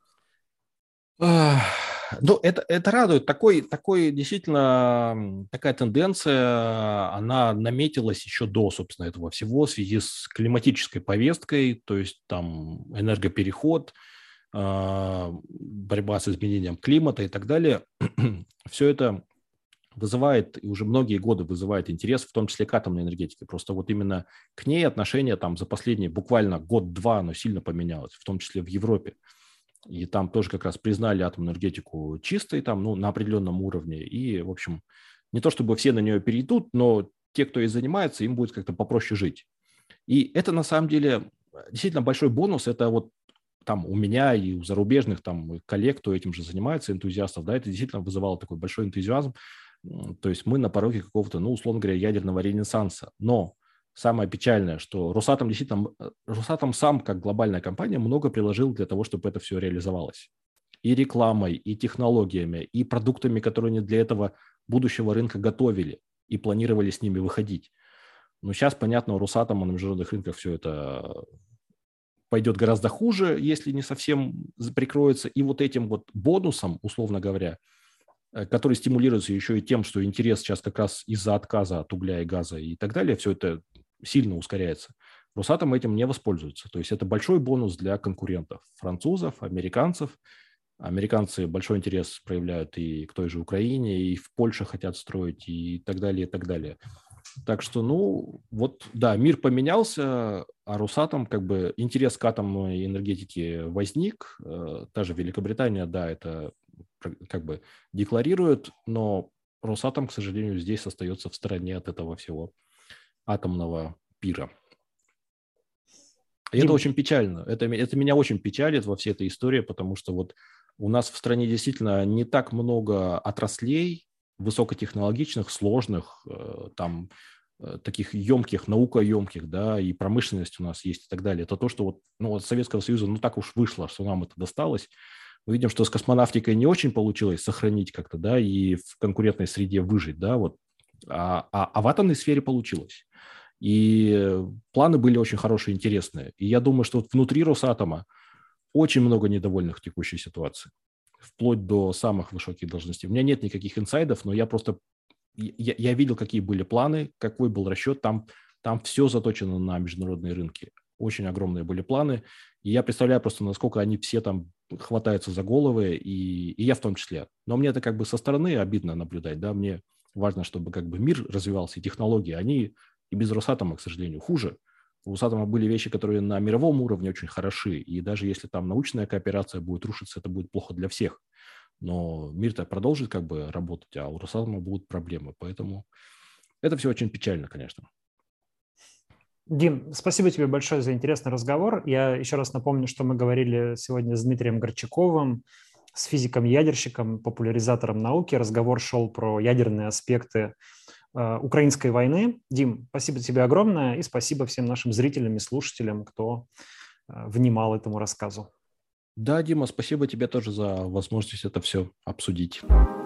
Ну, это, это радует. Такой, такой, действительно, такая тенденция, она наметилась еще до, собственно, этого всего в связи с климатической повесткой, то есть там энергопереход, борьба с изменением климата и так далее. Все это вызывает, и уже многие годы вызывает интерес, в том числе к атомной энергетике. Просто вот именно к ней отношение там за последние буквально год-два оно сильно поменялось, в том числе в Европе. И там тоже как раз признали атомную энергетику чистой, там, ну, на определенном уровне. И, в общем, не то чтобы все на нее перейдут, но те, кто ей занимается, им будет как-то попроще жить. И это, на самом деле, действительно большой бонус. Это вот там у меня и у зарубежных там коллег, кто этим же занимается, энтузиастов, да, это действительно вызывало такой большой энтузиазм. То есть мы на пороге какого-то, ну, условно говоря, ядерного ренессанса. Но самое печальное, что Росатом действительно, Росатом сам, как глобальная компания, много приложил для того, чтобы это все реализовалось. и рекламой, и технологиями, и продуктами, которые они для этого будущего рынка готовили и планировали с ними выходить. Но сейчас, понятно, у Росатома на международных рынках все это пойдет гораздо хуже, если не совсем прикроется. И вот этим вот бонусом, условно говоря, который стимулируется еще и тем, что интерес сейчас как раз из-за отказа от угля и газа и так далее, все это сильно ускоряется. Росатом этим не воспользуется. То есть это большой бонус для конкурентов, французов, американцев. Американцы большой интерес проявляют и к той же Украине, и в Польше хотят строить, и так далее, и так далее. Так что, ну, вот, да, мир поменялся, а Росатом, как бы, интерес к атомной энергетике возник. Та же Великобритания, да, это как бы декларирует, но Росатом, к сожалению, здесь остается в стороне от этого всего атомного пира. И Дим. Это очень печально. Это, это меня очень печалит во всей этой истории, потому что вот у нас в стране действительно не так много отраслей высокотехнологичных, сложных, там, таких емких, наукоемких, да, и промышленность у нас есть и так далее. Это то, что вот, ну, от Советского Союза, ну, так уж вышло, что нам это досталось. Мы видим, что с космонавтикой не очень получилось сохранить как-то, да, и в конкурентной среде выжить, да, вот, а, а, а в атомной сфере получилось. И планы были очень хорошие, интересные. И я думаю, что вот внутри Росатома очень много недовольных в текущей ситуации, вплоть до самых высоких должностей. У меня нет никаких инсайдов, но я просто, я, я видел, какие были планы, какой был расчет, там, там все заточено на международные рынки. Очень огромные были планы, и я представляю просто, насколько они все там хватаются за головы, и, и я в том числе. Но мне это как бы со стороны обидно наблюдать, да, мне важно, чтобы как бы мир развивался, и технологии, они и без Росатома, к сожалению, хуже. У Росатома были вещи, которые на мировом уровне очень хороши, и даже если там научная кооперация будет рушиться, это будет плохо для всех. Но мир-то продолжит как бы работать, а у Росатома будут проблемы, поэтому это все очень печально, конечно. Дим, спасибо тебе большое за интересный разговор. Я еще раз напомню, что мы говорили сегодня с Дмитрием Горчаковым, с физиком-ядерщиком, популяризатором науки. Разговор шел про ядерные аспекты э, украинской войны. Дим, спасибо тебе огромное и спасибо всем нашим зрителям и слушателям, кто э, внимал этому рассказу. Да, Дима, спасибо тебе тоже за возможность это все обсудить.